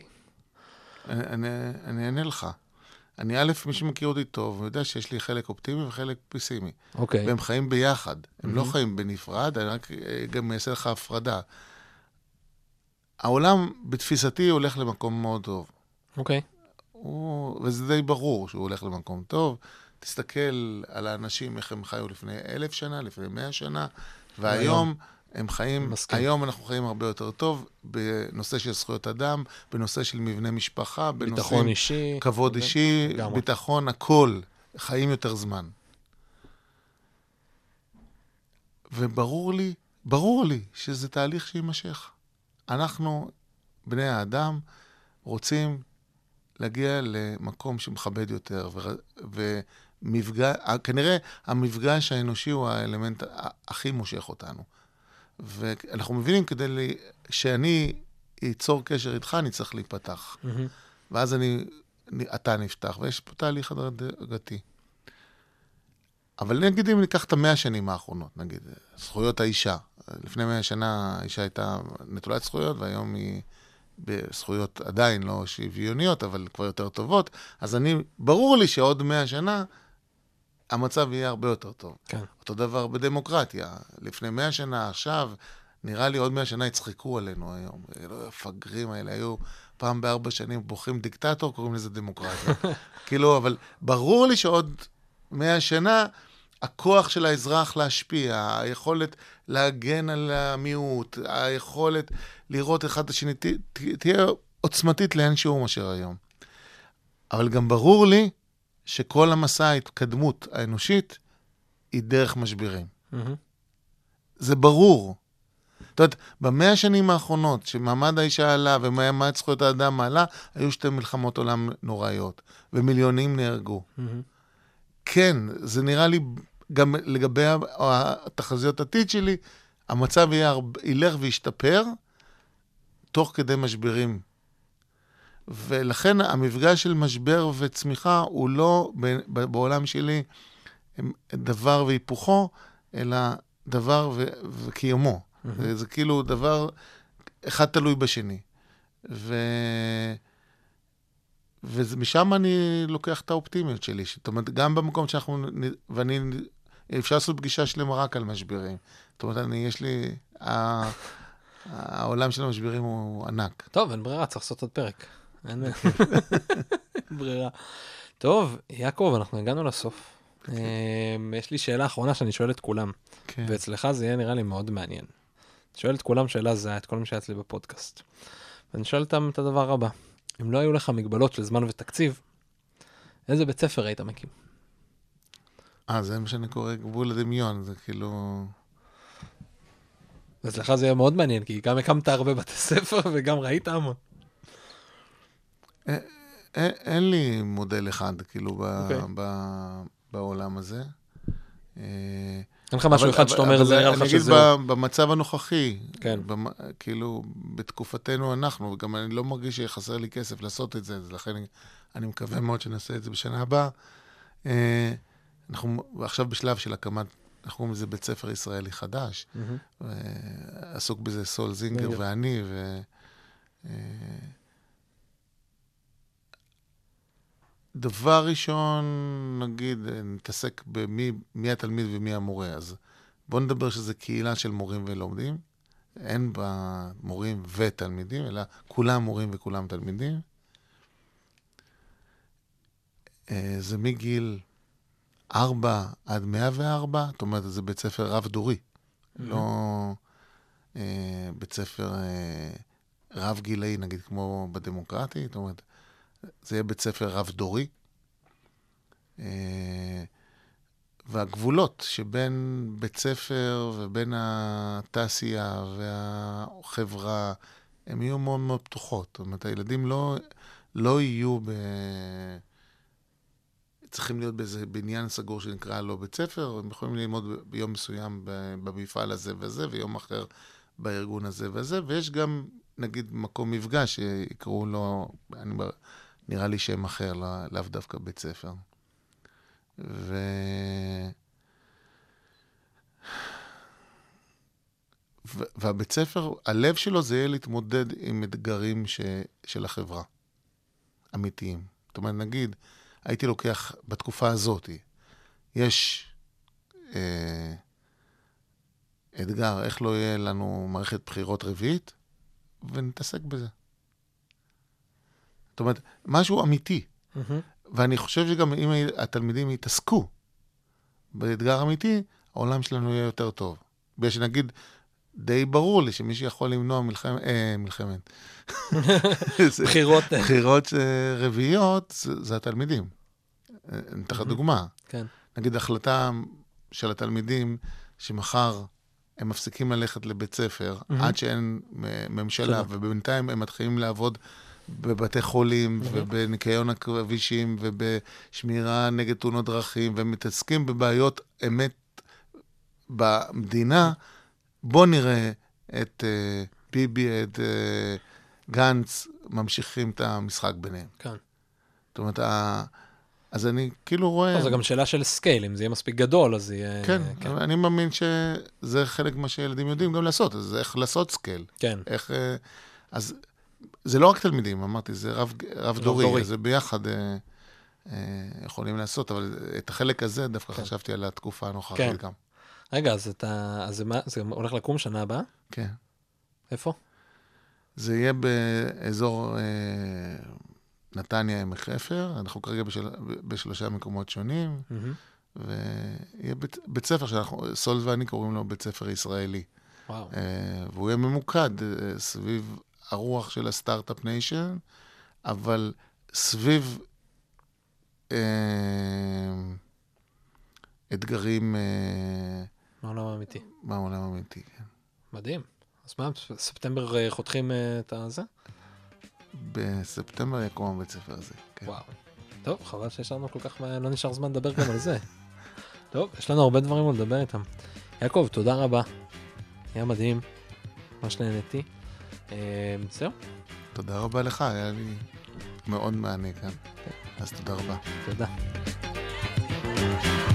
אני אענה לך. אני א', מי שמכיר אותי טוב, הוא יודע שיש לי חלק אופטימי וחלק פסימי. אוקיי. והם חיים ביחד. הם לא חיים בנפרד, אני רק גם אעשה לך הפרדה. העולם, בתפיסתי, הולך למקום מאוד טוב. אוקיי. וזה די ברור שהוא הולך למקום טוב. תסתכל על האנשים, איך הם חיו לפני 1,000 שנה, לפני 100 שנה, והיום הם חיים, היום אנחנו חיים הרבה יותר טוב, בנושא של זכויות אדם, בנושא של מבנה משפחה, ביטחון אישי, כבוד אישי, ביטחון, הכל, חיים יותר זמן. וברור לי שזה תהליך שימשך. אנחנו, בני האדם, רוצים להגיע למקום שמכבד יותר, כנראה המפגש האנושי הוא האלמנט הכי מושך אותנו. ואנחנו מבינים, כדי שאני ייצור קשר איתך, אני צריך להיפתח. ואז אתה נפתח, ויש פה תהליך הדרגתי. אבל נגיד אם ניקח את 100 השנים האחרונות, נגיד, זכויות האישה. לפני 100 שנה האישה הייתה נטולת זכויות, והיום היא בזכויות עדיין לא שוויוניות, אבל כבר יותר טובות. אז ברור לי שעוד 100 שנה, המצב יהיה הרבה יותר טוב. כן. אותו דבר בדמוקרטיה. לפני 100 שנה, עכשיו, נראה לי עוד 100 שנה יצחקו עלינו היום. הפגרים האלה היו פעם ב4 שנים בוחרים דיקטטור, קוראים לזה דמוקרטיה. כאילו, אבל ברור לי שעוד 100 שנה, הכוח של האזרח להשפיע, היכולת להגן על המיעוט, היכולת לראות אחד את השני, תהיה עוצמתית לאין שיעור מאשר היום. אבל גם ברור לי שכל המסע ההתקדמות האנושית היא דרך משברים. זה ברור. זאת אומרת, ב100 השנים האחרונות, שמעמד האישה עלה ומעמד זכויות האדם עלה, היו 2 מלחמות עולם נוראיות, ומיליונים נהרגו. כן, זה נראה לי, גם לגבי התחזיות עתיד שלי, המצב ילך וישתפר, תוך כדי משברים. ולכן המפגש של משבר וצמיחה הוא לא בעולם שלי דבר והיפוכו, אלא דבר וקיומו. זה כאילו דבר אחד תלוי בשני. ומשם אני לוקח את האופטימיות שלי. זאת אומרת, גם במקום שאנחנו, ואני אפשר לעשות פגישה שלמה רק על משברים. זאת אומרת, יש לי... העולם של המשברים הוא ענק. טוב, אין ברירה, צריך לעשות עוד פרק. אין ברירה. טוב, יעקב, אנחנו הגענו לסוף. יש לי שאלה אחרונה שאני שואל את כולם. ואצלך זה יהיה נראה לי מאוד מעניין. שואל את כולם שאלה זהה, את כל מי שהיה אצלי בפודקאסט. ואני שואל אותם את הדבר הבא. אם לא היו לך מגבלות של זמן ותקציב, איזה בית ספר היית מקים? זה מה שאני קורא גבול הדמיון, זה כאילו... אצלך זה יהיה מאוד מעניין, כי גם הקמת הרבה בתי ספר וגם ראית המון. אין לי מודל אחד, כאילו, בעולם הזה. אין לך משהו אחד שאתה אומר, זה נראה לך שזהו. אני אגיד במצב הנוכחי, כאילו, בתקופתנו אנחנו, וגם אני לא מרגיש שיחסר לי כסף לעשות את זה, אז לכן אני מקווה מאוד שנעשה את זה בשנה הבאה. אנחנו עכשיו בשלב של הקמת, אנחנו קוראים לזה בית ספר ישראלי חדש, עסוק בזה סול זינגר ואני, דבר ראשון, נגיד, נתעסק במי התלמיד ומי המורה. אז בואו נדבר שזה קהילה של מורים ולומדים. אין בה מורים ותלמידים, אלא כולם מורים וכולם תלמידים. זה מגיל 4 עד 104, זאת אומרת, זה בית ספר רב-דורי. לא בית ספר רב-גילאי, נגיד, כמו בדמוקרטי. זאת אומרת, זה יהיה בית ספר רב-דורי, והגבולות שבין בית ספר ובין התעשייה והחברה, הם יהיו מאוד מאוד פתוחות. זאת אומרת, הילדים לא יהיו צריכים להיות באיזה בניין סגור שנקרא לו בית ספר, הם יכולים ללמוד ביום מסוים במפעל הזה וזה, ויום אחר בארגון הזה וזה, ויש גם, נגיד, מקום מפגש שיקראו לו, נראה לי שם אחר, לאו דווקא בית ספר. והבית ספר, הלב שלו זה יהיה להתמודד עם אתגרים של החברה, אמיתיים. זאת אומרת, נגיד, הייתי לוקח בתקופה הזאת, יש אתגר, איך לא יהיה לנו מערכת בחירות רביעית, ונתעסק בזה. זאת אומרת, משהו אמיתי. ואני חושב שגם אם התלמידים יתעסקו באתגר אמיתי, העולם שלנו יהיה יותר טוב. שנגיד, די ברור לי שמי שיכול למנוע מלחמת. בחירות רביעיות, זה התלמידים. נתן לך דוגמה. נגיד, החלטה של התלמידים שמחר הם מפסיקים ללכת לבית ספר, עד שאין ממשלה, ובינתיים הם מתחילים לעבוד בבתי חולים, ובניקיון הכבישים, ובשמירה נגד תאונות דרכים, ומתעסקים בבעיות אמת במדינה. בוא נראה את ביבי, את גנץ, ממשיכים את המשחק ביניהם. כן. זאת אומרת, אז אני כאילו רואה... זה גם שאלה של סקייל, אם זה יהיה מספיק גדול, אז יהיה... כן, אני מאמין שזה חלק מה שילדים יודעים גם לעשות, אז איך לעשות סקייל. כן. אז זה לא רק תלמידים, אמרתי, זה רב דורי, זה ביחד יכולים לעשות, אבל את החלק הזה דווקא חשבתי על התקופה הנוכחית גם. רגע, אז זה הולך לקום שנה הבאה? כן. איפה? זה יהיה באזור נתניה עמק חפר, אנחנו כרגע בשלושה מקומות שונים, ויהיה בית ספר סול ואני קוראים לו בית ספר ישראלי. וואו. והוא יהיה ממוקד סביב הרוח של הסטארט-אפ ניישן, אבל סביב אתגרים... מהעולם האמיתי. מהעולם האמיתי, כן. מדהים. אז מה, ספטמבר חותכים את הזה? בספטמבר יקום הבית ספר הזה, כן. וואו. טוב, חבל שיש לנו כל כך, לא נשאר זמן לדבר גם על זה. טוב, יש לנו הרבה דברים לדבר איתם. יעקב, תודה רבה. היה מדהים. ממש נהניתי. זהו. תודה רבה לך, היה לי מאוד מעניין כאן. אז תודה רבה. תודה.